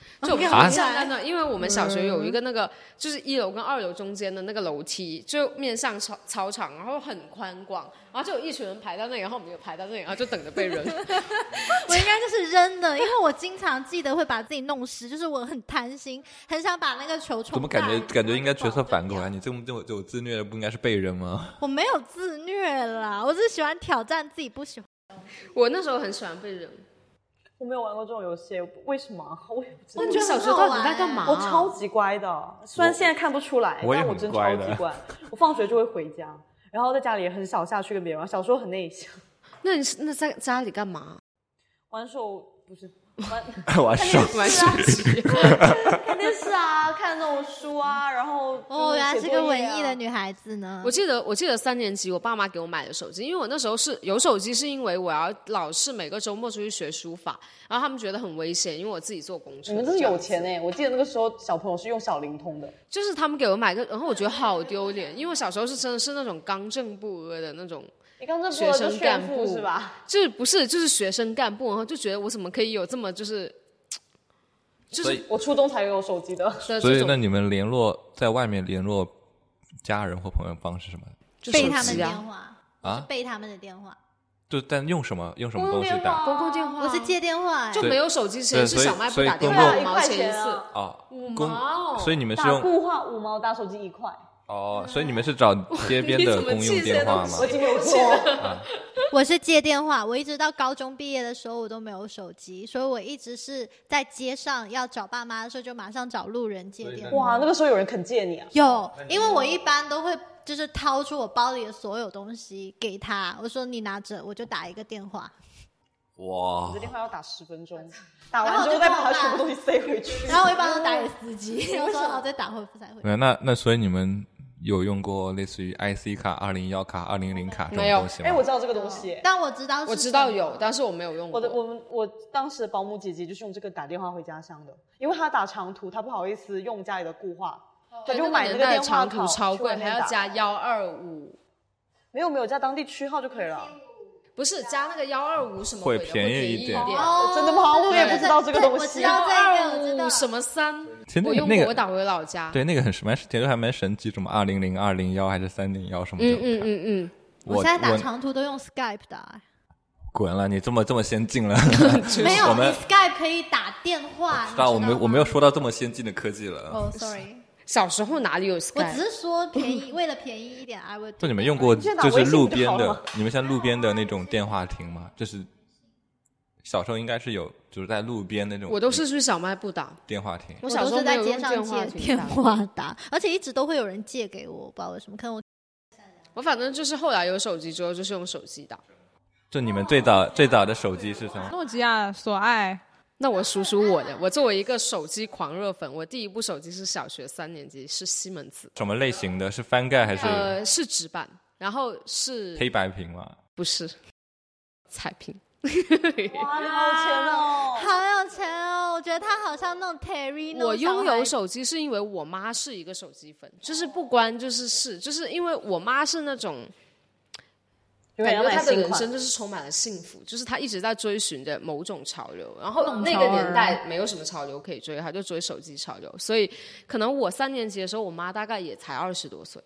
就不啊像在那，因为我们小学有一个那个，就是1楼跟2楼中间的那个楼梯，就面向操场，然后很宽广，然后就有一群人排到那里，然后我们就排到那里，然后就等着被扔。 我应该就是扔的，因为我经常记得会把自己弄湿，就是我很贪心，很想把那个球冲。 怎么感觉应该角色反过来？你这么有自虐的，不应该是被扔吗？ 我没有自虐啦，我只是喜欢挑战自己不喜欢。 我那时候很喜欢被扔。 我没有玩过这种游戏，为什么？我也不知道。 你小学到底在干嘛？ 我超级乖的，虽然现在看不出来，但我真超级乖。我放学就会回家，然后在家里也很少下去跟别人玩。小时候很内向。 那在家里干嘛？ 玩手不是玩手机， 看电视啊，看那种书啊，然后原来是个文艺的女孩子呢。 我记得3年级我爸妈给我买的手机，因为我那时候是有手机，是因为我要老是每个周末出去学书法，然后他们觉得很危险，因为我自己坐公车。 你们真是有钱欸！我记得那个时候小朋友是用小灵通的， 就是他们给我买个，然后我觉得好丢脸，因为我小时候是真的是那种刚正不阿的那种。 你刚刚学生干部是吧？ 就是不是就是学生干部，然后就觉得我怎么可以有这么就是我初中才有手机的。 所以那你们在外面联络家人或朋友方式什么？ 背他们电话啊， 背他们的电话。 但用什么东西打？ 公共电话， 我是接电话， 就没有手机前是小卖部打电话5毛钱一次啊 ，5毛。 所以你们是用打固话5毛，打手机1块。 哦，所以你们是找街边的公用电话吗？ 我已经没有做。 我是接电话，我一直到高中毕业的时候我都没有手机，所以我一直是在街上要找爸妈的时候就马上找路人借电话。 哇，那个时候有人肯借你啊？ 有，因为我一般都会就是掏出我包里的所有东西给他，我说你拿着，我就打一个电话。 哇！ 你的电话要打10分钟，打完之后再把它全部东西塞回去。 然后我一般都打给司机，我说好再打回再回。 那所以你们有用过类似于 IC 卡、201卡、200卡这种东西吗？ 我知道这个东西， 但我知道有，但是我没有用过。 我当时的保姆姐姐就是用这个打电话回家乡的，因为她打长途，她不好意思用家里的固话，她就买那个电话长途超贵，还要加125。 没有加当地区号就可以了。 不是加那个125什么会便宜一点。 真的吗？我也不知道这个东西。 我知道这个，我知道什么3， 我用过，我打回老家。 对，那个很什么，觉得还蛮神奇，什么200、201还是301什么的。 我现在打长途都用 Skype 打。 滚了，你这么先进了。 没有，你 Skype 可以打电话。 知道我没有说到这么先进的科技了。 哦，sorry。 小时候哪里有 Skype？ 我只是说便宜，为了便宜一点 ，I would。 就你们用过就是路边的，你们像路边的那种电话亭吗？就是小时候应该是有，就是在路边那种。 我都是去小卖部打电话亭。 我小时候在街上借电话打，而且一直都会有人借给我，不知道为什么。可能我反正就是后来有手机之后，就是用手机打。 就你们最早的手机是什么？ 诺基亚索爱。 那我数数我的，我作为一个手机狂热粉，我第一部手机是小学3年级，是西门子。 什么类型的？是翻盖还是？ 是直板，然后是黑白屏吗？ 不是，彩屏。 哇，你好有钱哦！ 好有钱哦！我觉得他好像那种 Terry。 我拥有手机是因为我妈是一个手机粉，就是不关就是因为我妈是那种。感觉他的人生就是充满了幸福，就是他一直在追寻着某种潮流，然后那个年代没有什么潮流可以追，他就追手机潮流。所以可能我3年级的时候，我妈大概也才20多岁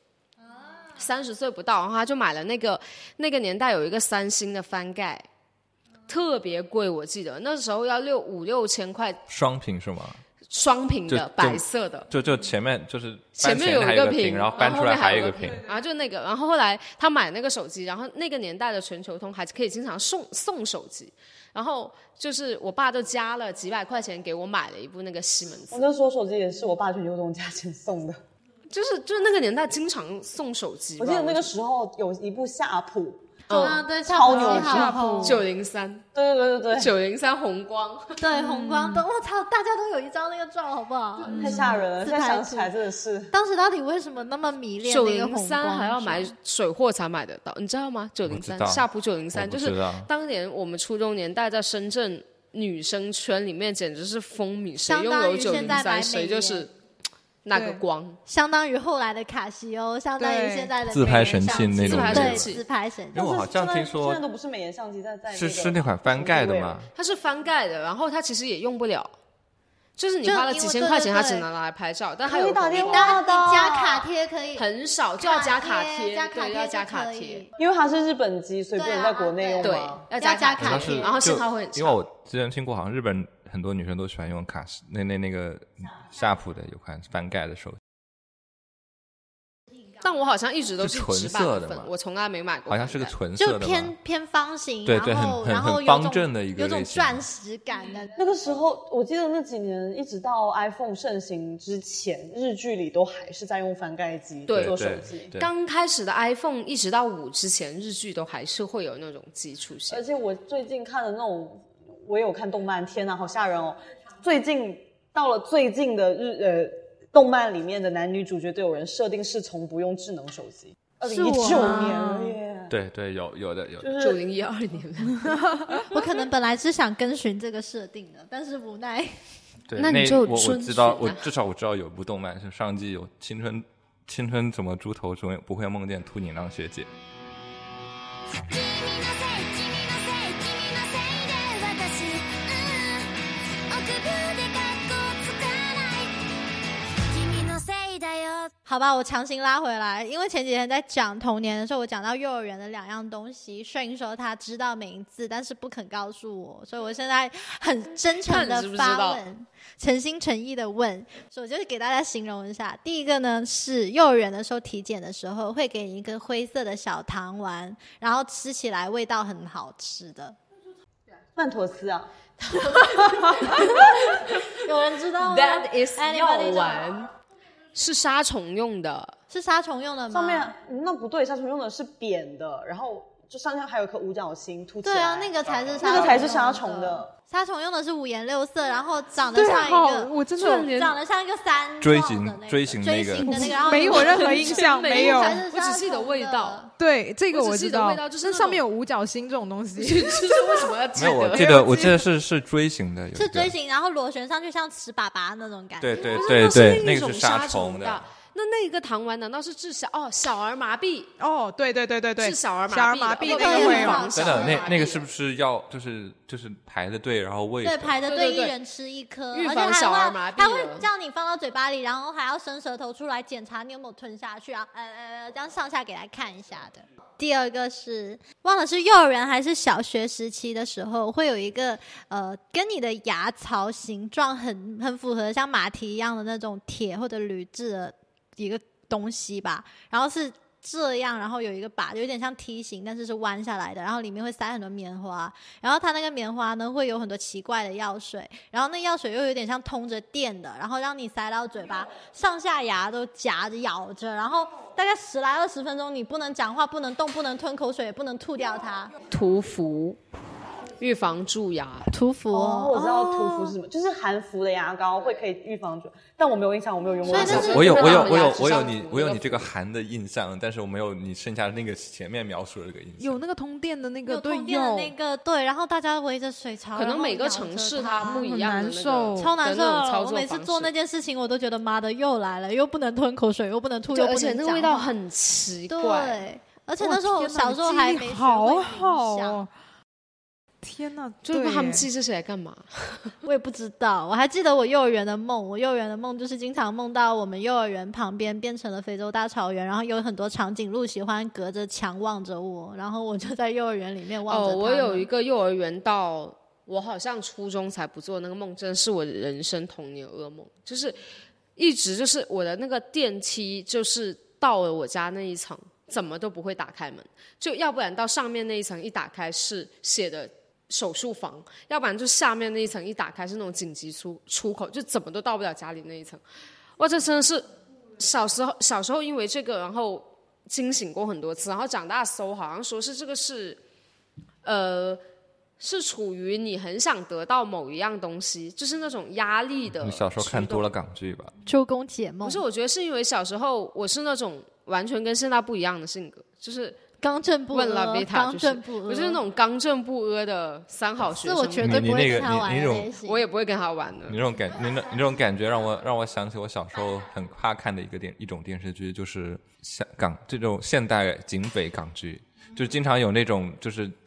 ，30岁不到，然后他就买了那个年代有一个3星的翻盖，特别贵，我记得那时候要5、6千块。 双屏是吗？ 双屏的白色的， 就前面就是前面有一个屏， 然后翻出来还有一个屏， 然后就那个，然后后来他买那个手机，然后那个年代的全球通还可以经常送手机，然后就是我爸就加了几百块钱给我买了一部那个西门子。 我那时候手机也是我爸全球通加钱送的， 就是那个年代经常送手机。 我记得那个时候有一部夏普。 对， 超牛 903， 对 903红光， 对红光灯，我操，大家都有一张那个照，好不好？ 太吓人了，现在想起来真的是。 当时到底为什么那么迷恋那个红光 ？903还要买水货才买得到，你知道吗？903夏普903，就是当年我们初中年代在深圳女生圈里面简直是风靡，谁拥有903谁就是那个光， 相当于后来的卡西欧，相当于现在的自拍神器那种。 对，自拍神器。 因为我好像听说现在都不是美颜相机，在是那款翻盖的吗？ 它是翻盖的，然后它其实也用不了， 就是你花了几千块钱，他只能拿来拍照，但他有打电话但你加卡贴可以， 很少就要加卡贴，对，要加卡贴贴， 因为它是日本机，所以不能在国内用对，要加卡贴，然后信号会很差。 因为我之前听过，好像日本很多女生都喜欢用那个夏普的有款翻盖的手机。 但我好像一直都是纯色的嘛， 我从来没买过， 好像是个纯色的， 就偏方形， 对对， 然后很方正的一个有种钻石感的。 那个时候，我记得那几年一直到 iPhone 盛行之前，日剧里都还是在用翻盖机做手机。 刚开始的 iPhone 一直到5之前，日剧都还是会有那种机出现。 而且我最近看的那种，我有看动漫，天哪，好吓人哦！到了最近的动漫里面的男女主角都有人设定是从不用智能手机。2019年了耶！ 对对，有的， 就是9012年。 我可能本来是想跟循这个设定的，但是无奈。 对， 那你就我知道，至少我知道有部动漫是上季有青春怎么猪头总不会梦见兔女郎学姐。 好吧，我强行拉回来，因为前几天在讲童年的时候，我讲到幼儿园的2样东西，顺说他知道名字，但是不肯告诉我，所以我现在很真诚的发问，诚心诚意的问，所以我就是给大家形容一下。第一个呢是幼儿园的时候体检的时候会给你一个灰色的小糖丸，然后吃起来味道很好吃的曼妥思啊。 有人知道吗？ That is 药丸，是杀虫用的。 是杀虫用的吗？ 上面那不对，杀虫用的是扁的，然后就上面还有一颗五角星凸起来。 对啊，那个才是杀虫的。 杀虫用的是5颜6色，然后长得像一个， 我真的长得像一个3 锥形的那个， 然后没有任何印象，没有， 我只记得味道。 对，这个我知道， 味道就是上面有五角星这种东西。 就是为什么要记得？ 没有，我记得是锥形的， 是锥形，然后螺旋上去像吃粑粑那种感觉。 对，那个是杀虫的。那个糖丸难道是治小儿麻痹？ 哦，对， 治小儿麻痹那个会真的那个是不是要就是排着队然后喂？ 对，排着队一人吃1颗， 预防小儿麻痹。 他会叫你放到嘴巴里，然后还要伸舌头出来检查你有没有吞下去啊，这样上下给他看一下的。第二个是忘了是幼儿园还是小学时期的时候，会有一个跟你的牙槽形状很符合像马蹄一样的那种铁或者铝制的一个东西吧，然后是这样，然后有一个把有点像梯形，但是是弯下来的，然后里面会塞很多棉花，然后它那个棉花呢会有很多奇怪的药水，然后那药水又有点像通着电的，然后让你塞到嘴巴，上下牙都夹着咬着，然后大概10来20分钟，你不能讲话，不能动，不能吞口水，也不能吐掉它。 涂氟，预防蛀牙。 涂氟， 我知道涂氟是什么，就是含氟的牙膏可以预防蛀牙，但我没有印象，我没有用过。 我有你这个含的印象，但是我没有你剩下那个前面描述的这个印象。 有那个通电的那个， 对，有那个对，然后大家围着水槽， 可能每个城市它不一样的那个， 超难受。我每次做那件事情，我都觉得妈的又来了，又不能吞口水，又不能吐，又不能讲话， 而且那个味道很奇怪。 对，而且那时候小时候还没学会冥想。 天哪， 就是把他们记这些来干嘛？ 我也不知道。我还记得我幼儿园的梦，我幼儿园的梦就是经常梦到我们幼儿园旁边变成了非洲大草原，然后有很多长颈鹿喜欢隔着墙望着我，然后我就在幼儿园里面望着他们。 我有一个幼儿园到我好像初中才不做那个梦，真的是我人生童年噩梦，就是一直就是我的那个电梯就是到了我家那一层怎么都不会打开门，就要不然到上面那一层一打开是写的手术房，要不然就下面那一层一打开是那种紧急出口，就怎么都到不了家里那一层。哇，这真的是小时候因为这个然后惊醒过很多次，然后长大搜好像说是这个是是处于你很想得到某一样东西，就是那种压力的。 你小时候看多了港剧吧？ 周公解梦。 不是，我觉得是因为小时候我是那种完全跟现在不一样的性格，就是刚正不阿，刚正不阿， 我就是那种刚正不阿的3好学生。 是我绝对不会跟他玩的类型， 我也不会跟他玩的。 你这种感觉让我想起我小时候很怕看的一种电视剧，就是这种现代警匪港剧，就是经常有那种就是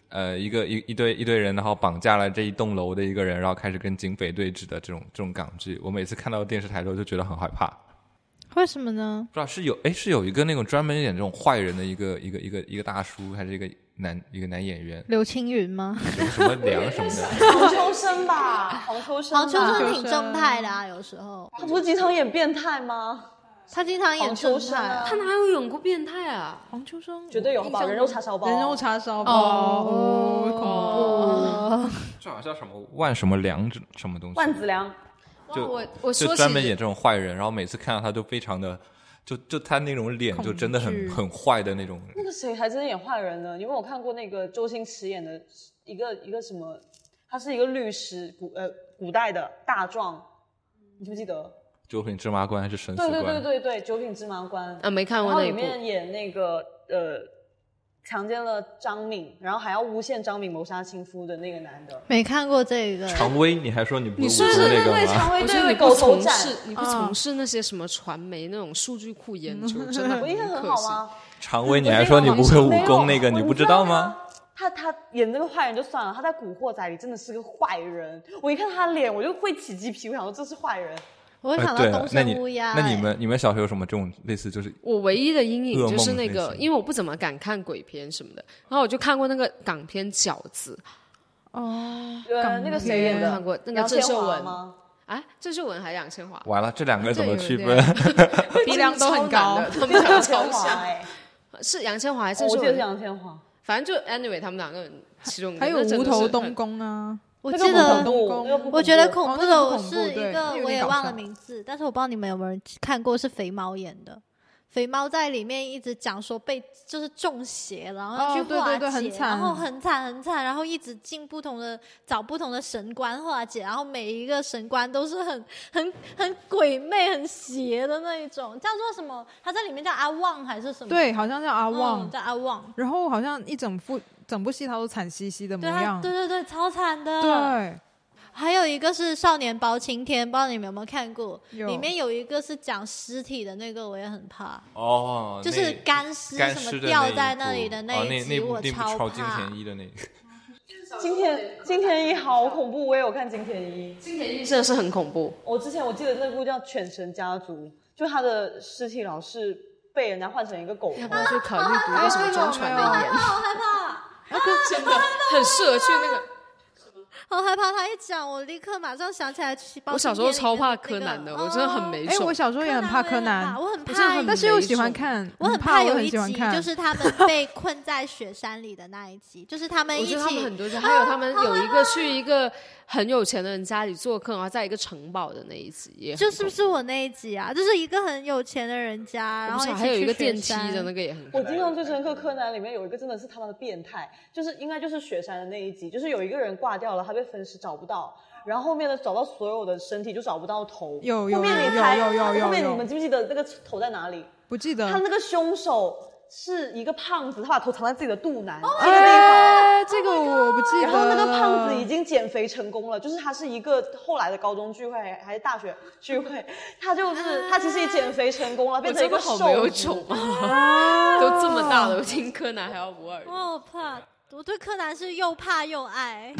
一堆人，然后绑架了这一栋楼的一个人，然后开始跟警匪对峙的这种港剧，我每次看到电视台的时候就觉得很害怕。 为什么呢？ 不知道是有一个那种专门演这种坏人的一个大叔，还是一个男演员， 刘青云吗？ 什么梁什么的， 黄秋生吧，黄秋生挺正派的啊，有时候他不是经常演变态吗？ 他经常演正派， 他哪有演过变态啊？ 黄秋生绝对有吧？人肉叉烧包， 人肉叉烧包，恐怖。 这好像什么万什么良什么东西， 万梓良。 我说专门演这种坏人，然后每次看到他都非常的，就他那种脸就真的很坏的那种。 那个谁还真演坏人呢？你有没有看过那个周星驰演的一个什么？他是一个律师，古代的大壮，你记不记得？ 九品芝麻官还是生死官？ 对，九品芝麻官没看过那一部。 然后里面演那个强奸了张敏，然后还要诬陷张敏谋杀亲夫的那个男的， 没看过这个。 常威，你还说你不是那个吗？常威对狗头斩， 你不从事那些什么传媒那种数据库研究，真的我印象很好吗？ 常威，你还说你不会武功那个，你不知道吗？ 他演那个坏人就算了，他在《古惑仔》里真的是个坏人。我一看他脸，我就会起鸡皮，我想说这是坏人。 我会想到东升乌鸦。 那你们小时候有什么这种类似就是？ 我唯一的阴影就是那个，因为我不怎么敢看鬼片什么的，然后我就看过那个港片《饺子》。 那个谁演的？ 看过那个郑秀文吗？啊，郑秀文还是杨千嬅？ 完了，这两个怎么区分？ 鼻梁都很高， 他们两个超像。是杨千嬅还是郑秀文？ 我记得是杨千嬅。 反正就 anyway， 他们两个人其中还有无头东宫啊。 我记得，我觉得恐怖的是一个，我也忘了名字，但是我不知道你们有没有人看过，是肥猫演的。肥猫在里面一直讲说就是中邪了，然后去化解，然后很惨，然后一直找不同的神官化解，然后每一个神官都是很鬼魅、很邪的那一种，叫做什么？他在里面叫阿旺还是什么？ 对，好像叫阿旺， 叫阿旺。然后好像一整部戏他都惨兮兮的模样， 对，超惨的。 对。 还有一个是少年包青天，不知道你们有没有看过？里面有一个是讲尸体的那个，我也很怕。 哦， 就是干尸什么掉在那里的那一集，我超怕。 金田一的那个。 金田一好恐怖，我也有看金田一。 金田一真的是很恐怖。 我之前我记得那部叫《犬神家族》，就他的尸体老是被人家换成一个狗头。 要不要去考虑读一个什么中传的研？ 好害怕， 真的很适合去那个。 好害怕，他一讲，我立刻马上想起来。 我小时候超怕柯南的，我真的很没手。 我小时候也很怕柯南， 我很怕， 但是又喜欢看。 我很怕有一集，就是他们被困在雪山里的那一集，就是他们一起。 我觉得他们很多集，还有他们有一个去一个很有钱的人家里做客，然后在一个城堡的那一集，也就是不是我那一集啊？就是一个很有钱的人家，然后还有一个电梯的那个也很。 我印象最深刻，柯南里面有一个真的是他们的变态，就是应该就是雪山的那一集，就是有一个人挂掉了，他被分尸找不到，然后后面的找到所有的身体就找不到头。 有， 后面你们记不记得那个头在哪里？ 不记得。 他那个凶手是一个胖子，他把头藏在自己的肚腩这个地方。 这个我不记得。 然后那个胖子已经减肥成功了，就是他是一个后来的高中聚会还是大学聚会，他其实也减肥成功了，变成一个瘦子。 好没有种啊！都这么大了，我听柯南还要不二。 我好怕，我对柯南是又怕又爱。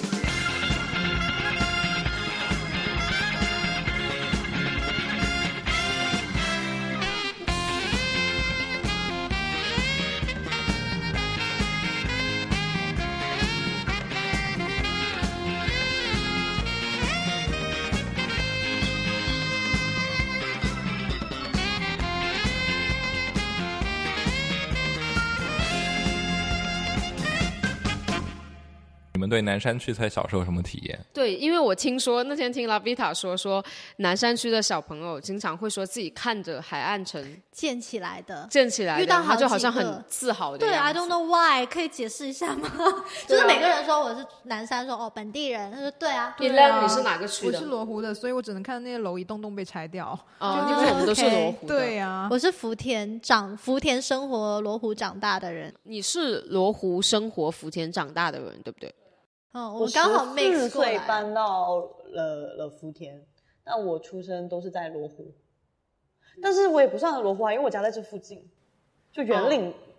你们对南山区在小时候有什么体验？ 对，因为我听说那天听拉比塔说南山区的小朋友经常会说自己看着海岸城建起来的， 遇到他就好像很自豪的样子。 对 ，I don't know why， 可以解释一下吗？就是每个人说我是南山，说本地人，他说对啊。 你是哪个区的？ 我是罗湖的，所以我只能看那些楼一栋栋被拆掉。 因为我们都是罗湖的。 对啊， 我是福田生活罗湖长大的人。 你是罗湖生活福田长大的人，对不对？ 我刚好mix过来。 4岁搬到了福田，但我出生都是在罗湖，但是我也不算罗湖啊，因为我家在这附近，就园岭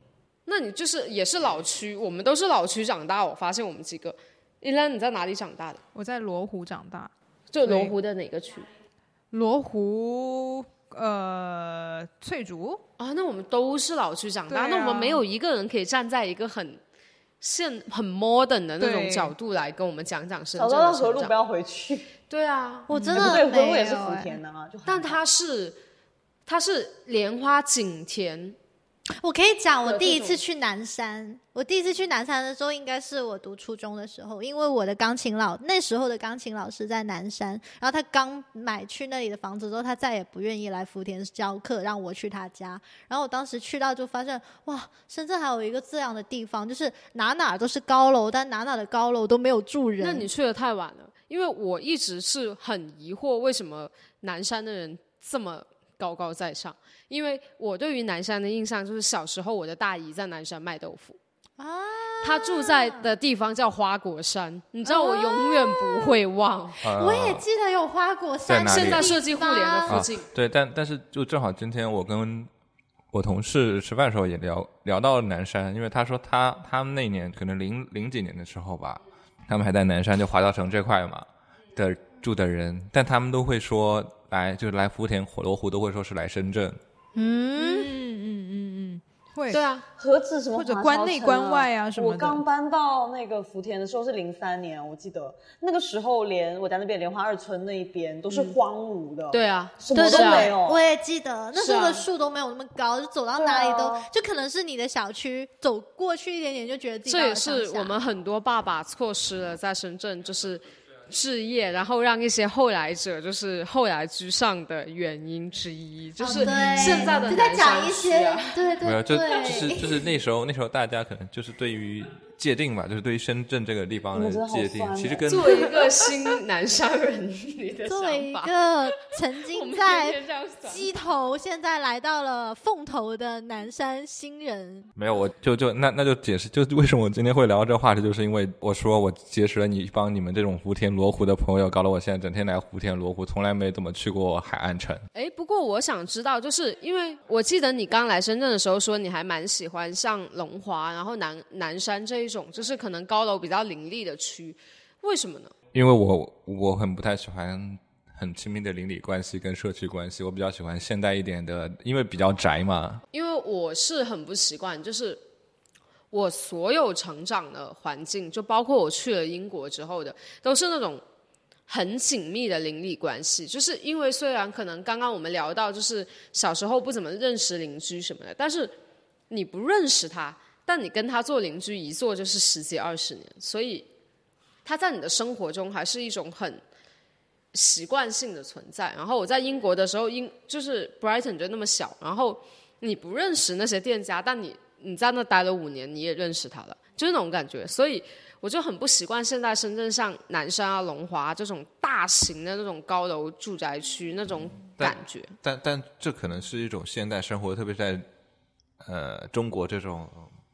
那你就是也是老区，我们都是老区长大。我发现我们几个，依兰你在哪里长大的？ 我在罗湖长大。 就罗湖的哪个区？ 罗湖翠竹啊，那我们都是老区长大，那我们没有一个人可以站在一个很 modern 的那种角度来跟我们讲讲深圳的成长。 早知道河路不要回去。 对啊， 我真的对，河路也是福田的嘛， 但它是莲花景田。 我可以讲，我第一次去南山，我第一次去南山的时候，应该是我读初中的时候，因为我的那时候的钢琴老师在南山，然后他刚买去那里的房子之后，他再也不愿意来福田教课，让我去他家。然后我当时去到就发现，哇，深圳还有一个这样的地方，就是哪都是高楼，但哪的高楼都没有住人。 那你去的太晚了，因为我一直是很疑惑，为什么南山的人这么高高在上，因为我对于南山的印象就是小时候我的大姨在南山卖豆腐啊，她住在的地方叫花果山，你知道我永远不会忘。 我也记得有花果山， 现在设计互联的附近。 对，但是就正好今天我跟我同事吃饭的时候也聊到南山，因为他说他们那年可能零几年的时候吧，他们还在南山就华侨城这块嘛的住的人，但他们都会说来福田罗湖都会说是来深圳。 会对啊， 何止什么或者关内关外啊什么的。 我刚搬到那个福田的时候是03年，我记得那个时候连我家那边莲花2村那一边都是荒芜的。 对啊， 什么都没有。 我也记得那时候的树都没有那么高，就走到哪里都就可能是你的小区，走过去一点点就觉得自己到了乡下。 这也是我们很多爸爸错失了在深圳就是置业，然后让一些后来者就是后来居上的原因之一，就是现在的就在讲一些对没有，就是那时候大家可能就是对于界定吧，就是对于深圳这个地方的界定，其实跟作为一个新南山人，你的想法， 作为一个曾经在鸡头，现在来到了凤头的南山新人， 没有，我那就解释，就为什么我今天会聊这个话题，就是因为我说我结识了一帮你们这种福田罗湖的朋友，搞得我现在整天来福田罗湖，从来没怎么去过海岸城。 不过我想知道，就是因为我记得你刚来深圳的时候说你还蛮喜欢像龙华然后南山这一种就是可能高楼比较林立的区，为什么呢？ 因为我很不太喜欢很亲密的邻里关系跟社区关系，我比较喜欢现代一点的，因为比较宅嘛。 因为我是很不习惯，就是我所有成长的环境，就包括我去了英国之后的，都是那种很紧密的邻里关系。就是因为虽然可能刚刚我们聊到就是小时候不怎么认识邻居什么的，但是你不认识他，但你跟他做邻居一做就是10几20年，所以他在你的生活中还是一种很习惯性的存在。然后我在英国的时候，就是 Brighton 就那么小，然后你不认识那些店家，但你在那待了5年，你也认识他了，就是那种感觉。所以我就很不习惯现在深圳像南山啊、龙华这种大型的那种高楼住宅区那种感觉。 但这可能是一种现代生活，特别在中国这种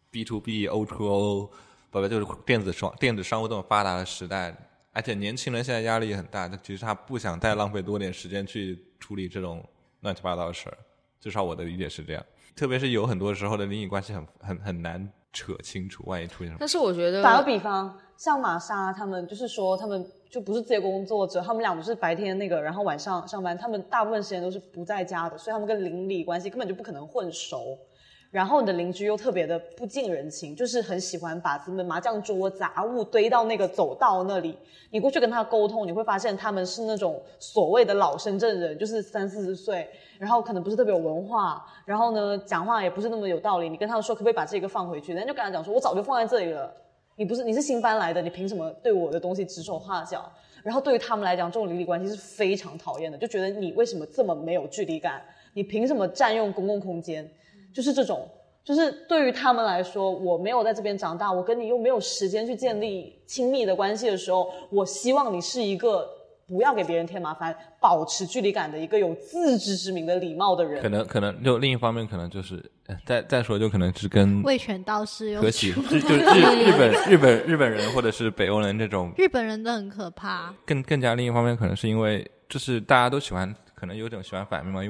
B2B、O2O， 就是电子商务这种发达的时代，而且年轻人现在压力也很大，其实他不想再浪费多点时间去处理这种乱七八糟的事儿，至少我的理解是这样。特别是有很多时候的邻里关系很难扯清楚，万一出现什么。 但是我觉得打个比方，像玛莎他们就是说他们就不是自由工作者，他们俩都是白天那个，然后晚上上班，他们大部分时间都是不在家的，所以他们跟邻里关系根本就不可能混熟。然后你的邻居又特别的不近人情，就是很喜欢把咱们麻将桌杂物堆到那个走道那里，你过去跟他沟通，你会发现他们是那种所谓的老深圳人，就是30-40岁，然后可能不是特别有文化，然后呢讲话也不是那么有道理，你跟他们说可不可以把这个放回去，人家就跟他讲说我早就放在这里了，你是新搬来的，你凭什么对我的东西指手画脚。然后对于他们来讲，这种邻里关系是非常讨厌的，就觉得你为什么这么没有距离感，你凭什么占用公共空间，就是这种，就是对于他们来说，我没有在这边长大，我跟你又没有时间去建立亲密的关系的时候，我希望你是一个不要给别人添麻烦，保持距离感的一个有自知之明的礼貌的人。 可能就另一方面，可能就是再说，就可能是跟魏全道士和喜，就是日本人或者是北欧人这种， 日本人都很可怕。 更加另一方面，可能是因为就是大家都喜欢，可能有点喜欢反面嘛，因为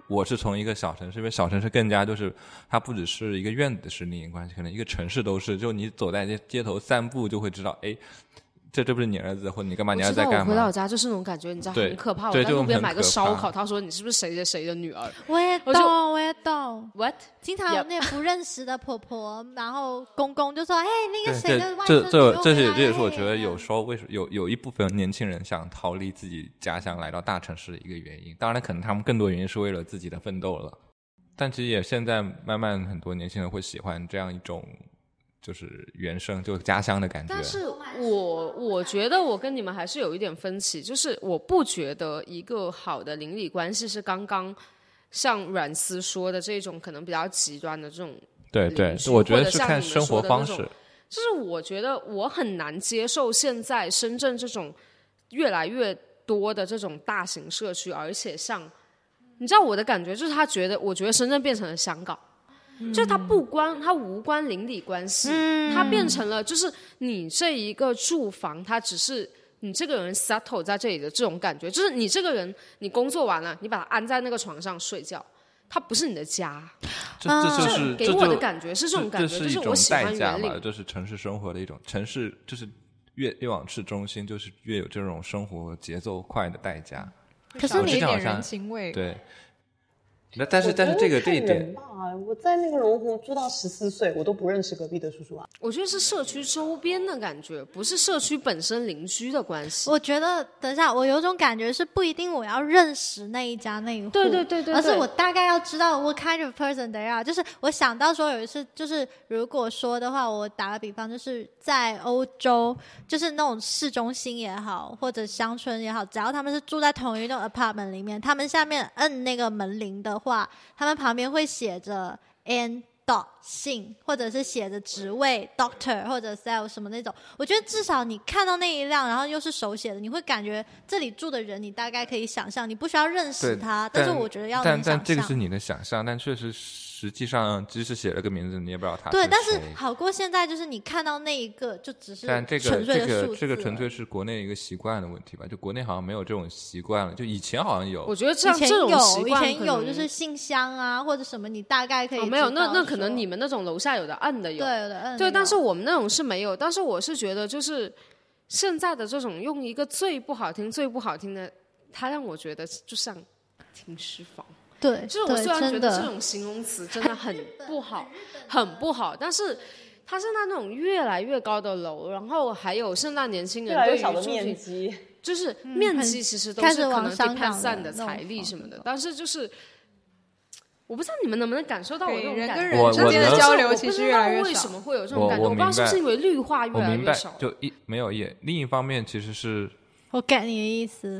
我是从一个小城市，因为小城市更加就是它不只是一个院子是利益关系，可能一个城市都是，就你走在街头散步就会知道，哎，这不是你儿子，或者你干嘛，你儿子在干嘛？ 我回到我家就是那种感觉，你知道很可怕。我在路边买个烧烤，他说你是不是谁谁谁的女儿？ 我也懂。 What？ 经常有那不认识的婆婆，然后公公就说：“哎，那个谁的外甥女这也是我觉得有时候为什么有一部分年轻人想逃离自己家乡来到大城市的一个原因。当然，可能他们更多原因是为了自己的奋斗了。但其实也现在慢慢很多年轻人会喜欢这样一种。就是原生，就家乡的感觉。 但是我觉得我跟你们还是有一点分歧，就是我不觉得一个好的邻里关系是刚刚像阮思说的这种可能比较极端的这种。 对，我觉得是看生活方式。 就是我觉得我很难接受现在深圳这种越来越多的这种大型社区，而且像你知道我的感觉就是我觉得深圳变成了香港。就它无关邻里关系，它变成了就是你这一个住房，它只是你这个人 settle 在这里的这种感觉，就是你这个人你工作完了，你把它安在那个床上睡觉，它不是你的家。 这就是给我的感觉是这种感觉， 这是一种代价吧， 这是城市生活的一种，城市就是越往市中心，就是越有这种生活节奏快的代价。 可是你一点人情味， 对。但是这一点吧，我在那个龙湖住到14岁，我都不认识隔壁的叔叔啊。 我觉得是社区周边的感觉，不是社区本身邻居的关系。 我觉得等一下，我有种感觉是不一定我要认识那一家那一户， 对， 而是我大概要知道 what kind of person they are。就是我想到说有一次，就是如果说的话，我打个比方，就是在欧洲，就是那种市中心也好，或者乡村也好，只要他们是住在同一栋 apartment 里面，他们下面摁那个门铃的话，他们旁边会写着 N姓，或者是写着职位 doctor 或者 sales 什么那种。我觉得至少你看到那一辆，然后又是手写的，你会感觉这里住的人你大概可以想象，你不需要认识他，但是我觉得要能想象。 但这个是你的想象，但确实实际上即使写了个名字你也不知道他是谁。 对， 但是好过现在就是你看到那一个就只是纯粹的数字。 这个纯粹是国内一个习惯的问题吧，就国内好像没有这种习惯了，就以前好像有。 我觉得这种习惯以前有就是信箱啊或者什么，你大概可以知道。 没有，那可能你们那种楼下有的摁的有， 对，有的摁。 对，但是我们那种是没有。但是我是觉得就是现在的这种用一个最不好听的，它让我觉得就像停尸房。 对， 就是我虽然觉得这种形容词真的很不好，很不好，但是它是那种越来越高的楼，然后还有现在年轻人对于小的面积， 就是面积其实都是可能 depends on 你的财力什么的，但是就是我不知道你们能不能感受到我这种感觉， 人跟人之间的交流其实越来越少。 为什么会有这种感觉？我不知道是不是因为绿化越来越少。 就没有也另一方面其实是。 我改你的意思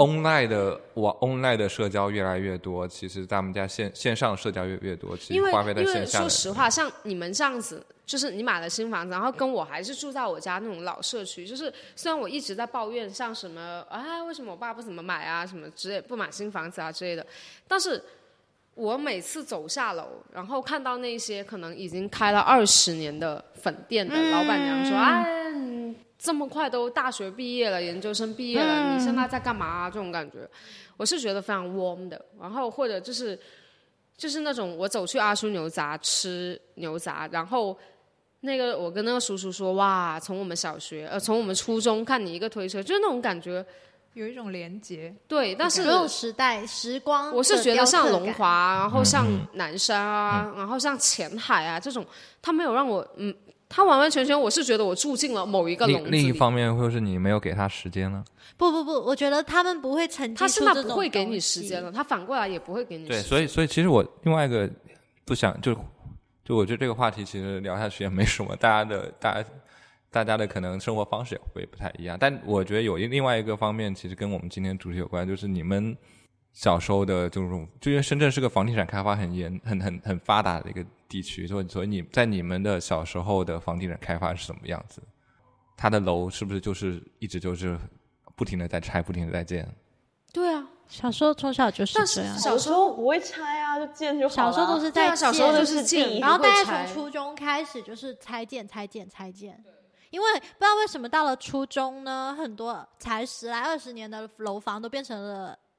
online 的社交越来越多，其实咱们家线上社交越多，其实花费在线下。 因为说实话，像你们这样子，就是你买了新房子，然后跟我还是住在我家那种老社区，就是虽然我一直在抱怨像什么为什么我爸不怎么买啊什么之类，不买新房子啊之类的，但是我每次走下楼，然后看到那些可能已经开了20年的粉店的老板娘说，你这么快都大学毕业了，研究生毕业了，你现在在干嘛啊？这种感觉，我是觉得非常 warm 的。然后或者就是那种我走去阿叔牛杂吃牛杂，然后那个我跟那个叔叔说，哇，从我们从我们初中看你一个推车，就是那种感觉。 有一种连结， 对，但是所有时代时光， 我是觉得像龙华，然后像南山啊，然后像前海啊这种，他没有让我他完完全全，我是觉得我住进了某一个笼子里。 另一方面，会是你没有给他时间呢？ 不，我觉得他们不会沉浸出这种东西。 他现在不会给你时间了，他反过来也不会给你时间。 对，所以其实我另外一个不想就我觉得这个话题其实聊下去也没什么，大家的可能生活方式也会不太一样，但我觉得有另外一个方面，其实跟我们今天主题有关，就是你们小时候的这种，就因为深圳是个房地产开发很发达的一个地区，所以你在你们的小时候的房地产开发是什么样子？它的楼是不是就是一直就是不停的在拆，不停的在建？ 对啊， 小时候从小就是这样。 小时候不会拆啊，就建就好了。 小时候都是在建， 小时候就是建， 然后大概从初中开始就是拆建。因为不知道为什么到了初中呢，很多才10来20年的楼房都变成了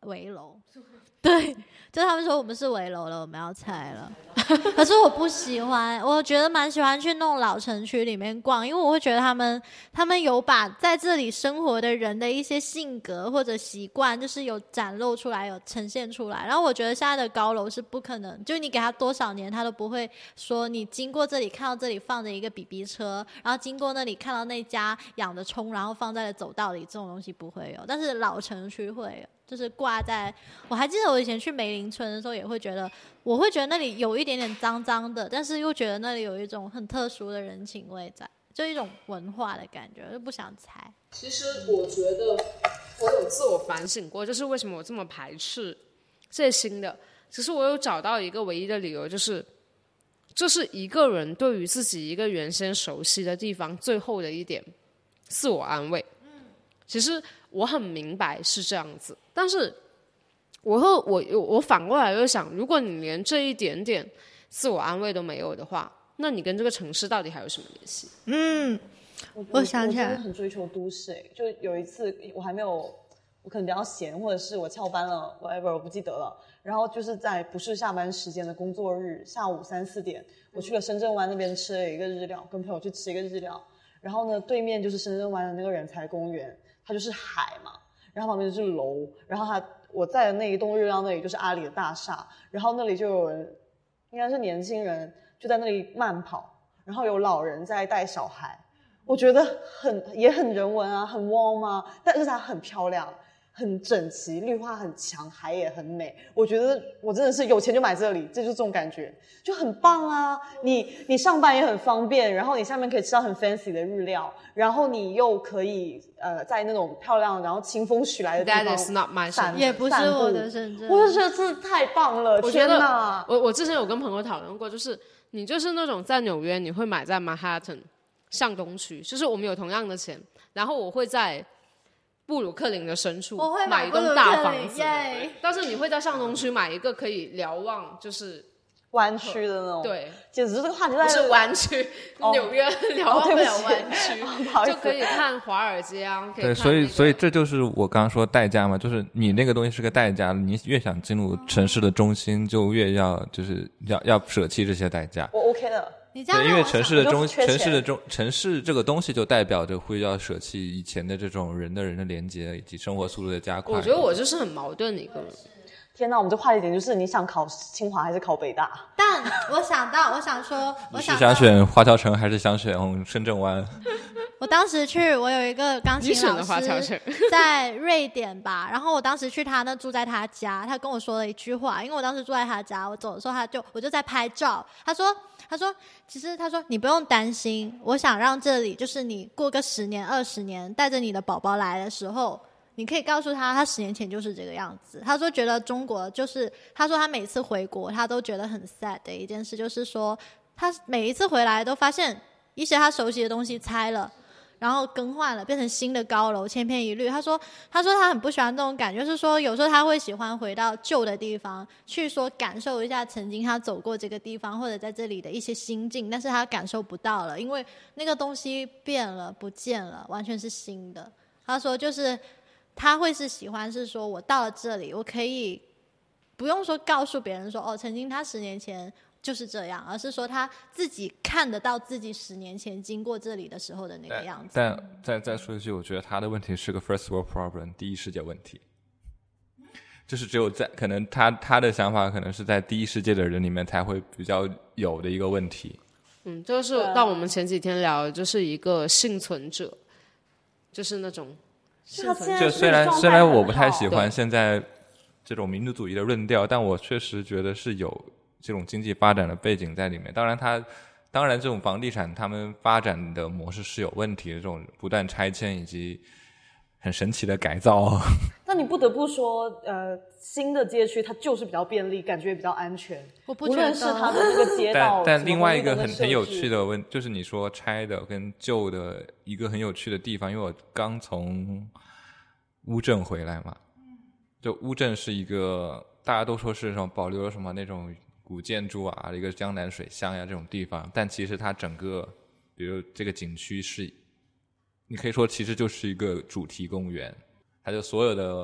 危楼。对，就他们说我们是危楼了，我们要拆了。可是我不喜欢，我觉得蛮喜欢去那种老城区里面逛，因为我会觉得他们有把在这里生活的人的一些性格或者习惯，就是有展露出来，有呈现出来。然后我觉得现在的高楼是不可能，就你给他多少年，他都不会说你经过这里看到这里放着一个 BB 车，然后经过那里看到那家养的葱，然后放在了走道里，这种东西不会有，但是老城区会有。就是挂在，我还记得我以前去梅林村的时候，也会觉得，我会觉得那里有一点点脏脏的，但是又觉得那里有一种很特殊的人情味在，就一种文化的感觉，就不想拆。 其实我觉得我有自我反省过，就是为什么我这么排斥这些新的。其实我有找到一个唯一的理由，就是这是一个人对于自己一个原先熟悉的地方最后的一点自我安慰。其实我很明白是这样子，但是我反过来又想，如果你连这一点点自我安慰都没有的话，那你跟这个城市到底还有什么联系？ 我想起来， 我真的很追求都市就有一次我还没有，我可能比较闲，或者是我翘班了 whatever 我不记得了，然后就是在不是下班时间的工作日下午3、4点，我去了深圳湾那边吃了一个日料，跟朋友去吃一个日料，然后呢对面就是深圳湾的那个人才公园，它就是海嘛，然后旁边就是楼，然后我在的那一栋日料那里就是阿里的大厦，然后那里就有人，应该是年轻人就在那里慢跑，然后有老人在带小孩，我觉得也很人文啊，很 warm 啊，但是它很漂亮，很整齐，绿化很强，海也很美。我觉得我真的是有钱就买这里，这就是这种感觉，就很棒啊！你上班也很方便，然后你下面可以吃到很 fancy 的日料，然后你又可以在那种漂亮然后清风徐来的地方 That is not my 散也不是我的深圳， 我就觉得真的太棒了！ 我觉得天哪我之前有跟朋友讨论过，就是你就是那种在纽约你会买在 Manhattan 上东区，就是我们有同样的钱，然后我会在布鲁克林的深处我会买一栋大房子， 耶， 但是你会在上东区买一个可以瞭望就是湾区的那种， 对， 简直这个话题在不是湾区，纽约瞭望不了湾区， 不好意思就可以看华尔街啊，可以对， 看那个所以这就是我刚刚说代价嘛，就是你那个东西是个代价，你越想进入城市的中心，就越要舍弃这些代价。 我 OK 的。 你这样对，因为城市的中我就缺钱城市这个东西就代表着会要舍弃以前的这种人的连接以及生活速度的加快。 我觉得我就是很矛盾的一个人。 天哪，我们这话题点就是你想考清华还是考北大？ 但我想说， 你是想选华侨城还是想选深圳湾？ 我当时去，我有一个钢琴你选老的华侨城师在瑞典吧，然后我当时去他那住在他家，他跟我说了一句话，因为我当时住在他家，我走的时候我就在拍照，他说其实他说你不用担心，我想让这里就是你过个10年20年带着你的宝宝来的时候，你可以告诉他10年前就是这个样子。他说觉得中国就是他说他每次回国他都觉得很 sad 的一件事，就是说他每一次回来都发现一些他熟悉的东西拆了，然后更换了，变成新的高楼，千篇一律。他说他很不喜欢这种感觉，就是说有时候他会喜欢回到旧的地方去说感受一下曾经他走过这个地方或者在这里的一些心境，但是他感受不到了，因为那个东西变了不见了，完全是新的。他说就是他会是喜欢是说我到了这里我可以不用说告诉别人说曾经他10年前就是这样，而是说他自己看得到自己10年前经过这里的时候的那个样子。 但再说一句，我觉得他的问题是个 first world problem， 第一世界问题，就是只有在可能他的想法可能是在第一世界的人里面才会比较有的一个问题。 就是到我们前几天聊的就是一个幸存者，就是那种幸存者。 就虽然我不太喜欢现在这种民族主义的论调，但我确实觉得是有这种经济发展的背景在里面。当然这种房地产他们发展的模式是有问题的，这种不断拆迁以及很神奇的改造。 但你不得不说新的街区它就是比较便利，感觉也比较安全。 我不觉得无论是它的那个街道但另外一个很有趣的就是你说拆的跟旧的一个很有趣的地方，因为我刚从乌镇回来嘛，就乌镇是一个大家都说是什么保留了什么那种古建筑啊，一个江南水乡呀这种地方，但其实它整个比如这个景区是你可以说其实就是一个主题公园，它就所有的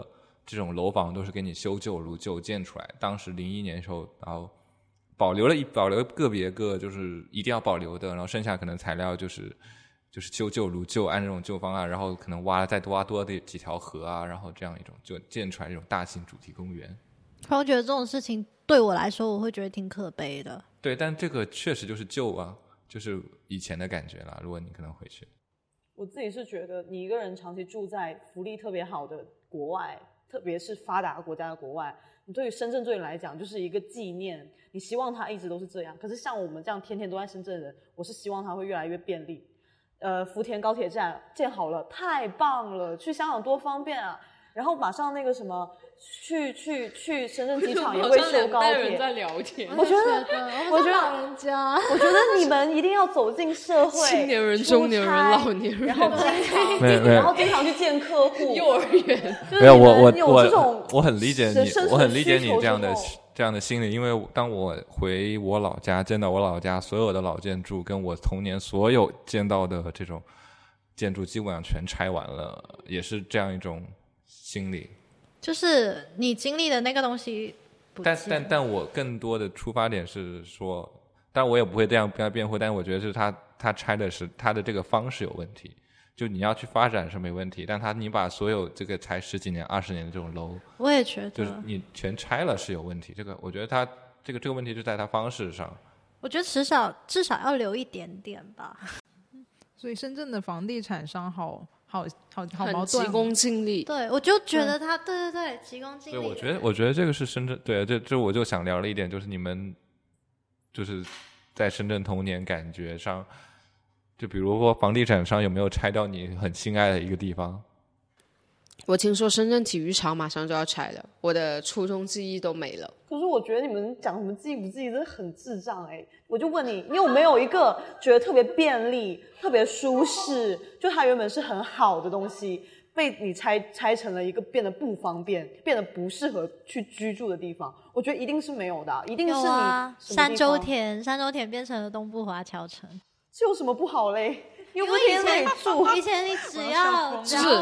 这种楼房都是给你修旧如旧建出来。当时01年的时候，然后保留个别个就是一定要保留的，然后剩下可能材料就是修旧如旧，按这种旧方案，然后可能再挖多的几条河啊，然后这样一种就建出来这种大型主题公园。 我觉得这种事情对我来说，我会觉得挺可悲的。 对，但这个确实就是旧啊，就是以前的感觉啦。如果你可能回去， 我自己是觉得，你一个人长期住在福利特别好的国外，特别是发达国家的国外，你对于深圳对你来讲就是一个纪念，你希望它一直都是这样。可是像我们这样天天都在深圳的人，我是希望它会越来越便利。福田高铁站建好了，太棒了，去香港多方便啊！然后马上那个什么，去深圳机场也会修高铁。 人在聊天， 我觉得老人家， 我觉得你们一定要走进社会， 青年人、中年人、老年人， 然后经常去见客户， 幼儿园。 没有我很理解你，我很理解你这样的心理，因为当我回我老家，见到我老家所有的老建筑，跟我童年所有见到的这种建筑基本上全拆完了，也是这样一种心理。 就是你经历的那个东西不见， 但我更多的出发点是说，但我也不会这样跟他辩护，但我觉得是他拆的是他的这个方式有问题。就你要去发展是没问题，但你把所有这个才10几年、20年的这种楼， 我也觉得就是你全拆了是有问题。这个我觉得他这个问题就在他方式上。 我觉得至少要留一点点吧。 所以深圳的房地产商好矛盾， 急功近利。 对，我就觉得他对急功近利。 对，我觉得这个是深圳，对，这我就想聊了一点，就是你们就是在深圳童年感觉上。就比如说房地产商有没有拆掉你很心爱的一个地方？ 我听说深圳体育场马上就要拆了，我的初中记忆都没了。 可是我觉得你们讲什么记忆不记忆真的很智障欸。我就问你，你有没有一个觉得特别便利、特别舒适，就它原本是很好的东西，被你拆成了一个变得不方便、变得不适合去居住的地方？我觉得一定是没有的，一定是你有啊。三洲田变成了东部华侨城。 这有什么不好嘞？又不天那里住。 以前你只要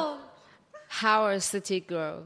How a city girl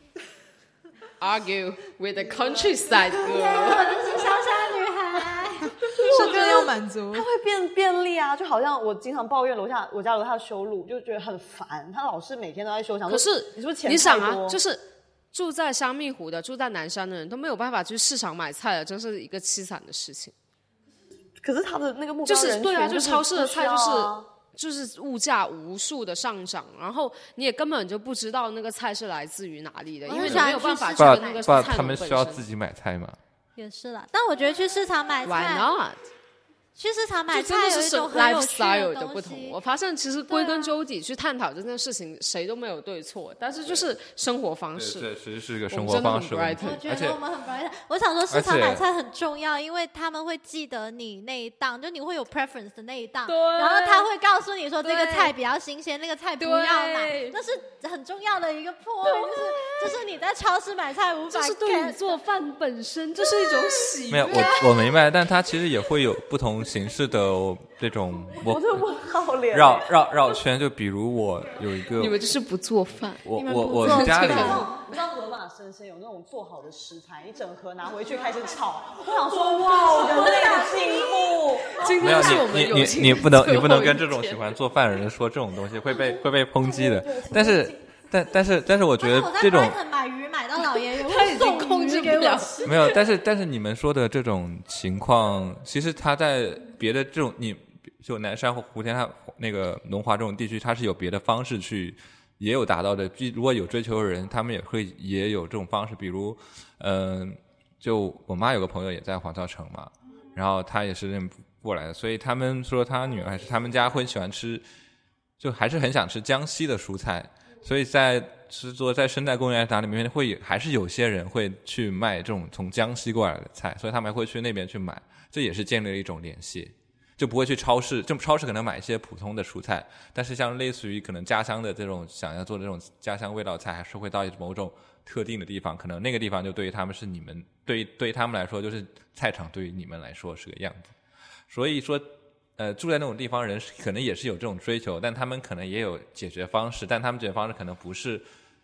argue with a countryside girl？ 我就是乡下女孩。 深圳要满足， 它会变便利啊，就好像我经常抱怨我家楼下修路，就觉得很烦。他老是每天都在修，想说可是你是不是钱你想太多？ 啊，就是住在香蜜湖的、住在南山的人都没有办法去市场买菜了，真是一个凄惨的事情。 可是他的那个目标人群对啊，就超市的菜就是就是物价无数的上涨，然后你也根本就不知道那个菜是来自于哪里的，因为你没有办法去跟那个菜他们需要自己买菜吗？ 也是啦，但我觉得去市场买菜 Why not？ 去市场买菜有一种很有趣 lifestyle 的的不同。我发现其实归根究底去探讨这件事情，谁都没有对错，但是就是生活方式。 这其实是一个生活方式问题。 我觉得我们很 bright。我想说市场买菜很重要，因为他们会记得你那一档，就你会有 preference 的那一档，然后他会告诉你说这个菜比较新鲜，那个菜不要买，那是很重要的一个 point，就是你在超市买菜无法。 就是对你做饭本身就是一种喜悦。 没有，我明白，但它其实也会有不同形式的这种我这问号脸绕圈。就比如我有一个， 你们就是不做饭， 我们家里， 你知道盒马生鲜有那种做好的食材，一整盒拿回去开始炒。我想说，哇，人类的进步！ 今天是我们友情你不能跟这种喜欢做饭的人说这种东西，会被抨击的。但是我觉得这种买鱼买到老爷爷， 他已经控制不了。 没有，但是你们说的这种情况，其实他在别的这种就南山或湖天它那个龙华这种地区，它是有别的方式去也有达到的。如果有追求的人，他们也有这种方式。比如就我妈有个朋友也在黄桥城嘛，然后她也是认过来的，所以他们说她女儿还是他们家会喜欢吃，就还是很想吃江西的蔬菜，所以在生态公园哪里面还是有些人会去卖这种从江西过来的菜，所以他们还会去那边去买，这也是建立了一种联系。就不会去超市，就超市可能买一些普通的蔬菜，但是像类似于可能家乡的这种想要做这种家乡味道菜，还是会到某种特定的地方，可能那个地方就对于他们是你们对于他们来说就是菜场，对于你们来说是个样子。所以说住在那种地方人可能也是有这种追求，但他们可能也有解决方式，但他们解决方式可能不是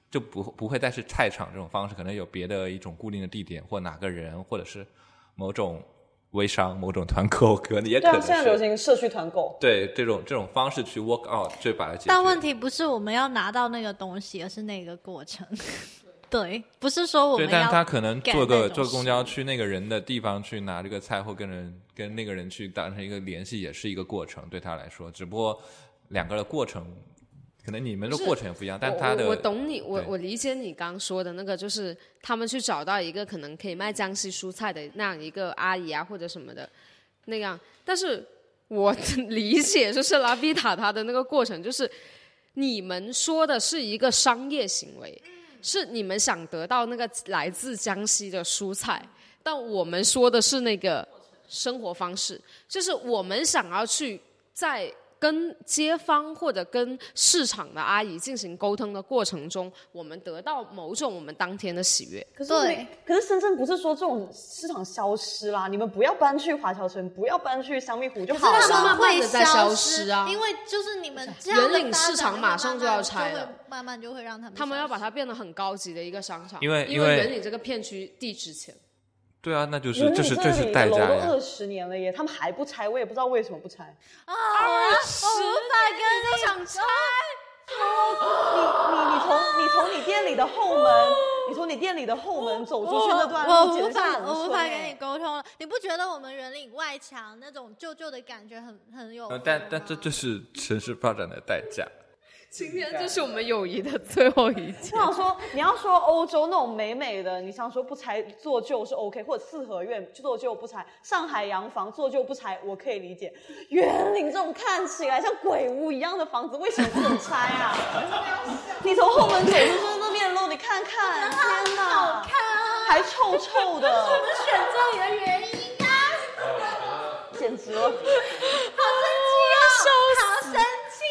就不会再是菜场这种方式，可能有别的一种固定的地点，或哪个人，或者是某种微商、某种团购，可能也可能是现在流行社区团购， 对这种方式去 work out 就把它解决。 但问题不是我们要拿到那个东西，而是那个过程。对，不是说我们要。 对，但他可能坐个公交去去那个人的地方去拿这个菜，或跟那个人去达成一个联系，也是一个过程，对他来说。只不过两个的过程，可能你们的过程也不一样，但他的我懂你，我理解你刚说的那个，就是他们去找到一个可能可以卖江西蔬菜的那样一个阿姨啊，或者什么的那样。但是我理解就是拉比塔他的那个过程，就是你们说的是一个商业行为。是你们想得到那个来自江西的蔬菜，但我们说的是那个生活方式，就是我们想要去在跟街坊或者跟市场的阿姨进行沟通的过程中，我们得到某种我们当天的喜悦。 可是深圳不是说这种市场消失啦？你们不要搬去华侨城，不要搬去香蜜湖就好了。 可是他们会在消失啊， 因为就是你们这样的园林市场马上就要拆了， 慢慢就会让他们要把它变得很高级的一个商场， 因为园林这个片区地值钱。 对啊，那就是这是代价呀。 楼都20年了耶，他们还不拆，我也不知道为什么不拆。 啊！我无法跟你想拆。 你从你店里的后门，你从你店里的后门走出去那段路， 我无法跟你沟通了。你不觉得我们园林外墙那种旧旧的感觉很有？ 但这就是城市发展的代价。 今天就是我们友谊的最后一天。 我想说，你要说欧洲那种美美的，你想说不拆做旧是 OK， 或者四合院做旧不拆，上海洋房做旧不拆，我可以理解。园林这种看起来像鬼屋一样的房子，为什么不能拆啊？你从后门走出去那边路，你看看，天哪， 好看啊， 还臭臭的。 我们选这里的原因啊， 简直了， 好生气啊，好生气。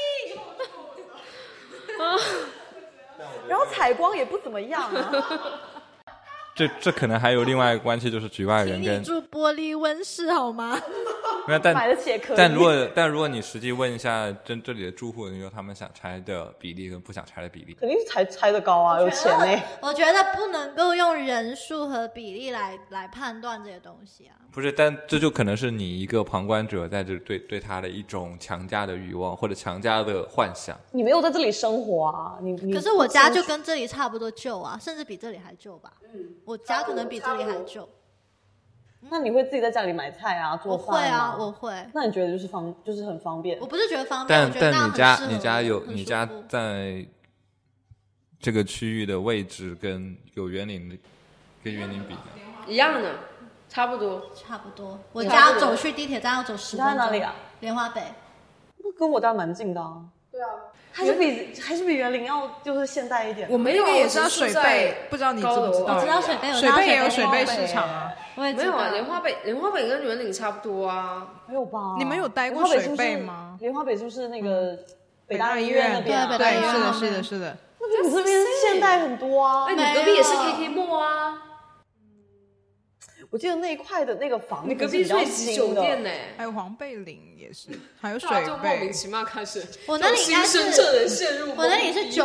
然后采光也不怎么样啊。 这可能还有另外一个关系，就是局外人跟请你住玻璃温室好吗？ 买得起也可以。 但如果你实际问一下这里的住户，你说他们想拆的比例跟不想拆的比例， 肯定是拆得高啊，有钱呢。 我觉得不能够用人数和比例来判断这些东西啊。 不是，但这就可能是你一个旁观者在这对他的一种强加的欲望或者强加的幻想。 你没有在这里生活啊， 可是我家就跟这里差不多旧啊，甚至比这里还旧吧。我家可能比这里还旧。 那你会自己在家里买菜啊，做饭吗？ 我会啊，我会。 那你觉得就是很方便？ 我不是觉得方便，我觉得那很适合你家在这个区域的位置跟园林比一样的。差不多。 我家走去地铁站要走10分钟。 在哪里啊？ 莲花北。 那跟我家蛮近的啊。对啊。还是比园林要就是现代一点。 我们那个也是水贝，不知道你知不知道？ 我知道水贝， 水贝也有水贝市场啊。 我也知道。 没有啊，莲花北跟园林差不多啊。 没有吧？ 你们有待过水贝吗？ 莲花北是不是那个北大医院那边？ 对，是的。 那你这边现代很多啊。 哎，你隔壁也是 KK 末啊。 我记得那一块的那个房子， 你隔壁瑞吉酒店呢， 还有黄贝岭也是，还有水贝， 就莫名其妙开始。 我那里应该是我那里是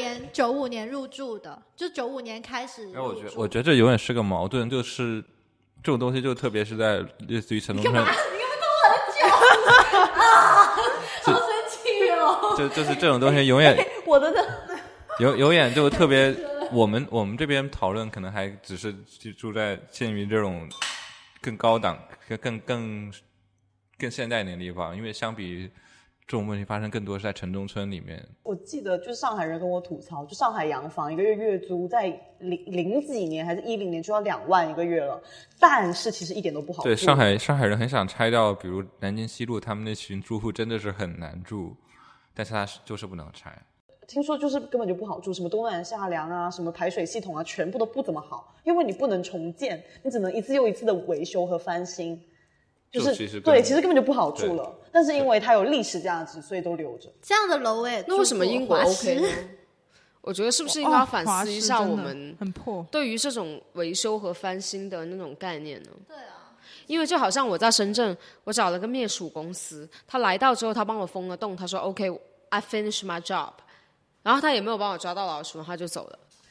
95年入住的，就95年开始。 我觉得这永远是个矛盾，就是这种东西就特别是在类似于城中村。 你干嘛动我的脚啊？好生气哦！ 就是这种东西永远， 我的永远就特别。我们这边讨论可能还只是限于这种更高档、更现代一点的地方，因为相比这种问题发生更多是在城中村里面。 我记得就是上海人跟我吐槽，就上海洋房一个月月租在零几年还是10年就要2万一个月了，但是其实一点都不好住。 对，上海人很想拆掉，比如南京西路他们那群住户真的是很难住，但是他就是不能拆。 听说就是根本就不好住，什么冬暖夏凉啊，什么排水系统啊，全部都不怎么好，因为你不能重建，你只能一次又一次的维修和翻新，就是其实根本就不好住了。但是因为它有历史价值，所以都留着。 这样的楼我也住过。 那为什么英国 OK 呢？我觉得是不是应该反思一下我们对于这种维修和翻新的那种概念呢？ 对啊。 因为就好像我在深圳，我找了个灭鼠公司，他来到之后，他帮我封了洞，他说 OK，I finish my job。然后他也没有帮我抓到老鼠，他就走了。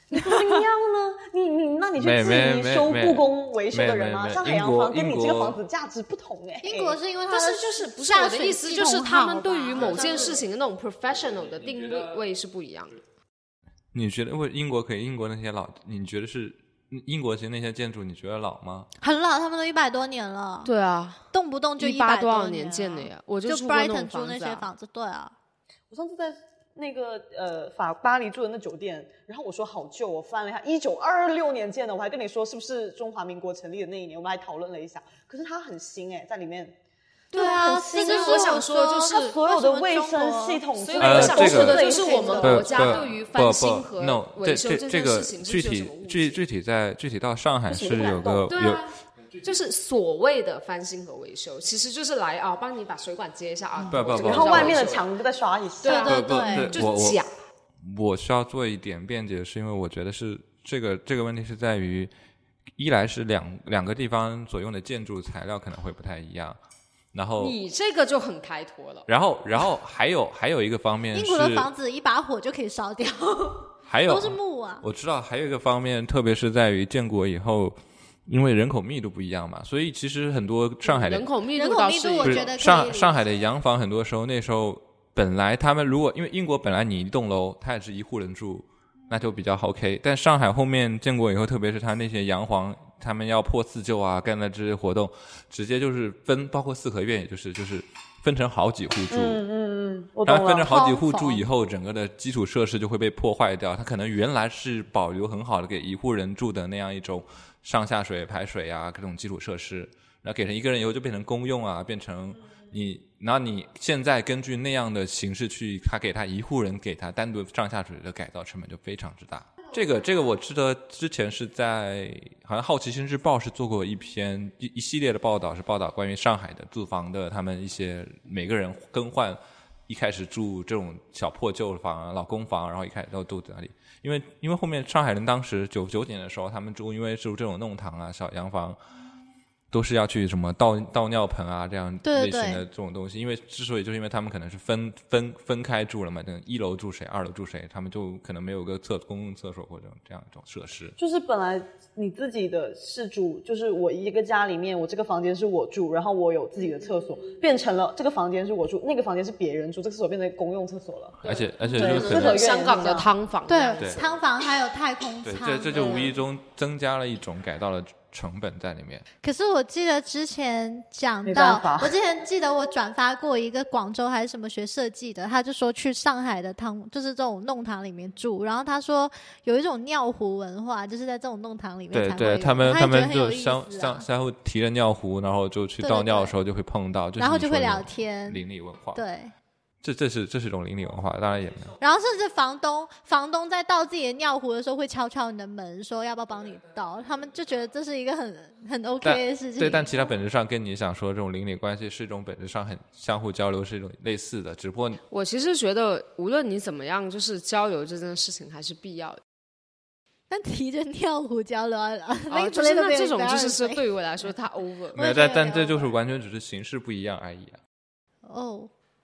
你不一样呢？那你去质疑修故宫维修的人吗？上海洋房跟你这个房子价值不同哎。 英国是因为它但是就是不是我的意思，就是他们对于某件事情的那种 professional 的定位是不一样的。 你觉得英国可以？英国那些老，你觉得是英国其实那些建筑，你觉得老吗？ 很老，他们都100多年了。 对啊， 动不动就100 多少年建的呀？我就住过那种 Brighton 住那些房子，对啊。 我上次在那个巴黎住的那酒店，然后我说好旧，我翻了一下，1926年建的，我还跟你说是不是中华民国成立的那一年，我们还讨论了一下，可是它很新在里面。 对啊， 这就是我想说，就是它所有的卫生系统， 所以我想说的就是我们国家对于翻新和维修这件事情是有什么误解？ 具体到上海是有个就是所谓的翻新和维修，其实就是来帮你把水管接一下不， 然后外面的墙再刷一下， 对， 就是假。 我需要做一点辩解，是因为我觉得是这个问题是在于，一来是两个地方所用的建筑材料可能会不太一样，然后你这个就很开脱了。 然后还有一个方面是， 英国的房子一把火就可以烧掉， 还有都是木啊。 我知道还有一个方面，特别是在于建国以后。因为人口密度不一样嘛，所以其实很多上海的人口密度倒是我觉得上海的洋房，很多时候那时候本来他们如果因为英国本来你一栋楼它也是一户人住，那就比较 OK。但上海后面建国以后，特别是他那些洋房，他们要破四旧啊，干的这些活动，直接就是包括四合院，也就是分成好几户住。 我懂了。 然后分成好几户住以后，整个的基础设施就会被破坏掉。它可能原来是保留很好的给一户人住的那样一种上下水、排水啊各种基础设施，然后给成一个人以后就变成公用啊，变成然后你现在根据那样的形式去，他给他一户人给他单独上下水的改造成本就非常之大。这个我记得之前是在好像《好奇心日报》是做过一系列的报道，是报道关于上海的住房的他们一些每个人更换，一开始住这种小破旧房、老公房，然后一开始都住哪里？因为后面上海人当时99年的时候，他们因为住这种弄堂啊、小洋房。都是要去什么倒尿盆啊这样类型的这种东西，因为之所以就是因为他们可能是分开住了嘛，一楼住谁，二楼住谁，他们就可能没有个公共厕所或者这样一种设施。 就是本来你自己的是住，就是我一个家里面，我这个房间是我住，然后我有自己的厕所，变成了这个房间是我住，那个房间是别人住，这个厕所变成公用厕所了。 而且就是香港的汤房， 对汤房还有太空舱， 对，这就无意中增加了一种改造的成本在里面。 可是我记得之前讲到，我之前记得我转发过一个广州还是什么学设计的，他就说去上海的就是这种弄堂里面住，然后他说有一种尿壶文化，就是在这种弄堂里面才会有。 对，他们就相互提着尿壶，然后就去倒尿的时候就会碰到， 然后就会聊天， 邻里文化。 对。 这是一种邻里文化，当然也没有。 然后甚至房东在倒自己的尿壶的时候会敲敲你的门，说要不要帮你倒，他们就觉得这是一个很 OK 的事情。 对，但其他本质上跟你想说这种邻里关系是一种本质上很相互交流，是一种类似的，只不过我其实觉得无论你怎么样，就是交流这件事情还是必要的。 但提着尿壶交流就是那这种就是对于我来说它 over。 没有，但这就是完全只是形式不一样而已啊。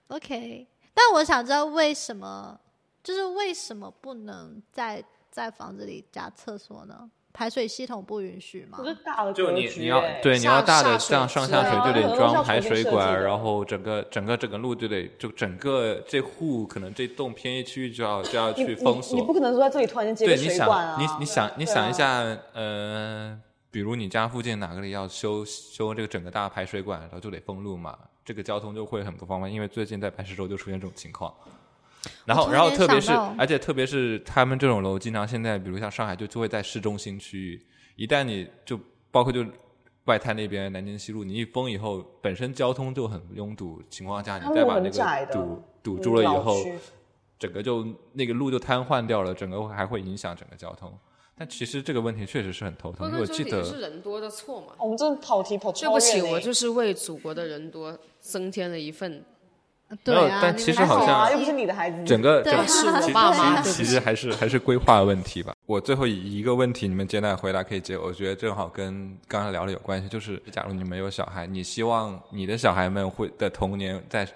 OK， 但我想知道为什么不能在房子里加厕所呢？排水系统不允许吗？ 不是大的格局，就你要大的这样上下水就得装排水管，然后整个路就整个这户可能这栋偏一区就要去封锁。 你不可能说在这里突然间接个水管啊！ 你想一下，比如你家附近哪个里要修这个整个大排水管，然后就得封路嘛。这个交通就会很不方便，因为最近在白石洲就出现这种情况。然后特别是他们这种楼，经常现在比如像上海就会在市中心区域，一旦你就包括就外滩那边南京西路，你一封以后，本身交通就很拥堵情况下，你再把那个堵住了以后，整个就那个路就瘫痪掉了，整个还会影响整个交通。但其实这个问题确实是很头疼。我记得是人多的错嘛。 我们真的跑题跑超远。 对不起，我就是为祖国的人多增添了一份。 对啊， 但其实好像又不是你的孩子， 整个是我爸妈， 其实还是规划问题吧。我最后一个问题，你们简单回答可以接。我觉得正好跟刚才聊的有关系，就是假如你们有小孩，你希望你的小孩们的童年在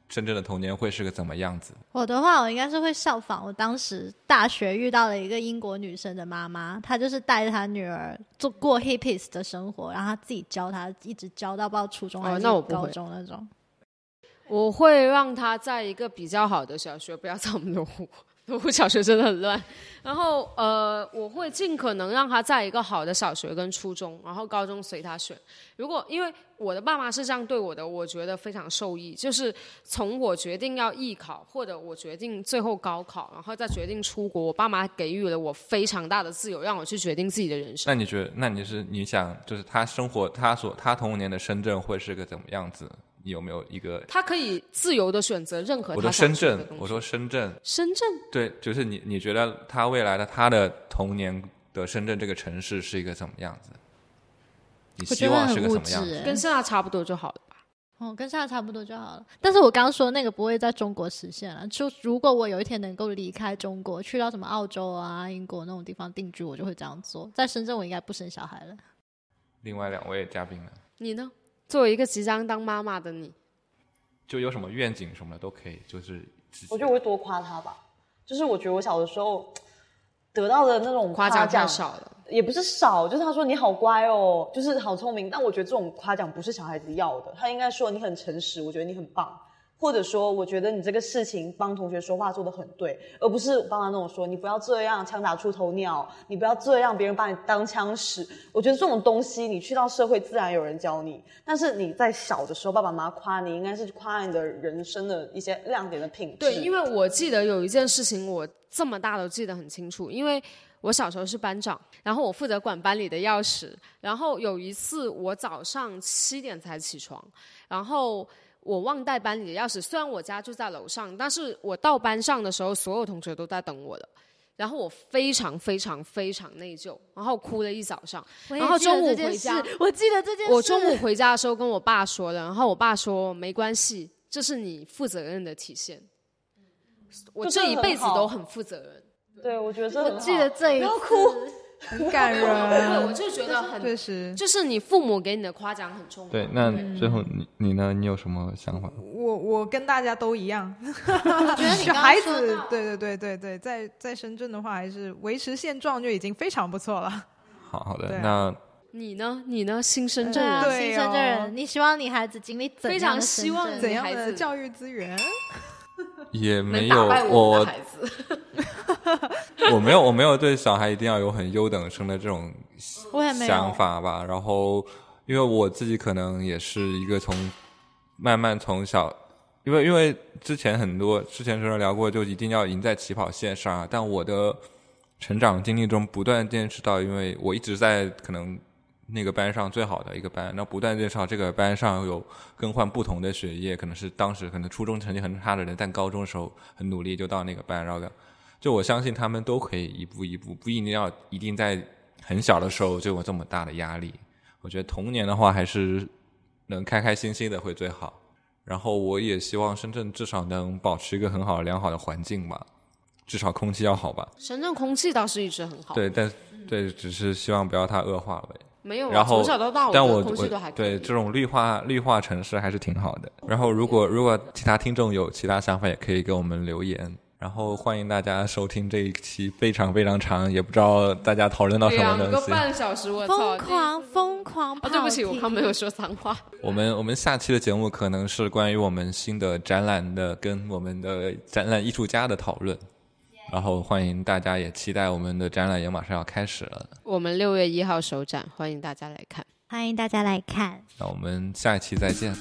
深圳的童年会是个怎么样子？ 我的话，我应该是会效仿我当时大学遇到了一个英国女生的妈妈，她就是带着她女儿过 hippies 的生活，然后她自己教她，一直教到不知道初中还是高中那种。 我会让她在一个比较好的小学，不要在我们罗湖小学真的很乱。然后我会尽可能让她在一个好的小学跟初中，然后高中随她选。因为我的爸妈是这样对我的，我觉得非常受益。就是从我决定要艺考，或者我决定最后高考，然后再决定出国，我爸妈给予了我非常大的自由，让我去决定自己的人生。 那你觉得，你想，就是他童年的深圳会是个怎么样子？你有没有一个？ 他可以自由的选择任何他想学的东西。 我说深圳。 深圳。对， 就是你觉得他未来的他的童年的深圳这个城市是一个怎么样子？你希望是个什么样子？ 跟现在差不多就好了吧。 跟现在差不多就好了。但是我刚刚说那个不会在中国实现了。就如果我有一天能够离开中国，去到什么澳洲啊、英国那种地方定居，我就会这样做。在深圳我应该不生小孩了。 另外2位嘉宾呢？ 你呢？作为一个即将当妈妈的你， 就有什么愿景什么的都可以，就是我觉得我会多夸他吧。就是我觉得我小的时候得到的那种夸奖太少了， 也不是少，就是他说你好乖哦，就是好聪明。但我觉得这种夸奖不是小孩子要的，他应该说你很诚实，我觉得你很棒，或者说我觉得你这个事情帮同学说话做得很对，而不是帮他那种说你不要这样枪打出头鸟，你不要这样别人把你当枪使。我觉得这种东西你去到社会自然有人教你，但是你在小的时候爸爸妈妈夸你，应该是夸你的人生的一些亮点的品质。 对，因为我记得有一件事情我这么大都记得很清楚，因为我小时候是班长，然后我负责管班里的钥匙。然后有一次我早上7点才起床，然后我忘带班里的钥匙，虽然我家就在楼上，但是我到班上的时候所有同学都在等我的，然后我非常非常非常内疚，然后哭了一早上。然后中午回家， 我记得这件事。 我中午回家的时候跟我爸说了，然后我爸说没关系，这是你负责任的体现。我这一辈子都很负责任。 对，我觉得这很好。 我记得这一次， 不要哭， 很感人。 对，我就觉得很确实， 就是你父母给你的夸奖很重要。 对，那最后你呢？你有什么想法？ 我跟大家都一样， 我觉得你小孩子，对，在深圳的话，还是维持现状就已经非常不错了。 好的，那你呢？新深圳人， 新深圳人，你希望你孩子经历怎样的深圳？ 非常希望怎样的教育资源？ 也没有， 我孩子我没有对小孩一定要有很优等生的这种想法吧。然后，因为我自己可能也是一个慢慢从小，因为之前有聊过，就一定要赢在起跑线上。但我的成长经历中不断见识到，因为我一直在可能那个班上最好的一个班，那不断介绍这个班上有更换不同的学业，可能是当时可能初中成绩很差的人，但高中的时候很努力就到那个班，然后就我相信他们都可以一步一步，不一定在很小的时候就有这么大的压力。我觉得童年的话还是能开开心心的会最好。然后我也希望深圳至少能保持一个很好良好的环境吧，至少空气要好吧。 深圳空气倒是一直很好， 对，只是希望不要它恶化了。 没有， 然后从小到大， 但我空气都还可以。 对这种绿化城市还是挺好的。然后如果其他听众有其他想法，也可以给我们留言。然后欢迎大家收听这一期非常非常长，也不知道大家讨论到什么东西。 2个半小时，我操！ 疯狂对不起，我刚没有说脏话。 我们下期的节目可能是关于我们新的展览的跟我们的展览艺术家的讨论。然后欢迎大家也期待我们的展览也马上要开始了。 我们6月1号首展，欢迎大家来看。 欢迎大家来看。 那我们下一期再见。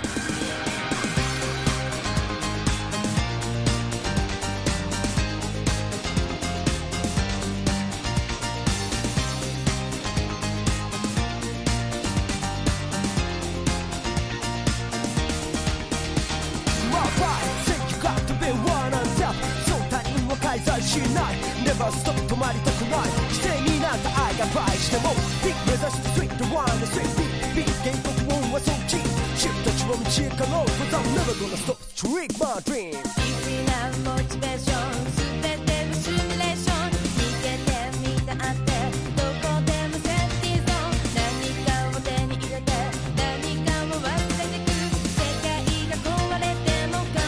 Never stop 止まりたくない姿勢になんか愛が倍してもビッグ目指してスイートワンでスイートビッグ原告音はそっちシフトちは道へかの登山 Never gonna stop Trick my dream 必要なモチベーション全てのシミュレーション逃げてみたってどこでもセーフティーゾーン何かを手に入れて何かを忘れてく世界が壊れても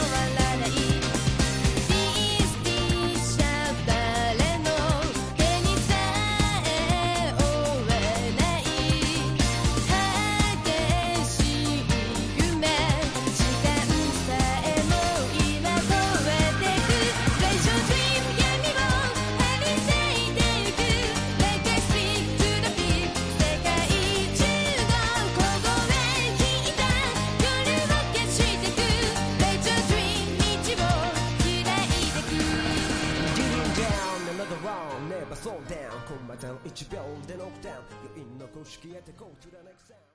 on never slow down コンマ0 1秒でノックダウン余韻の公式へて Go to the next sound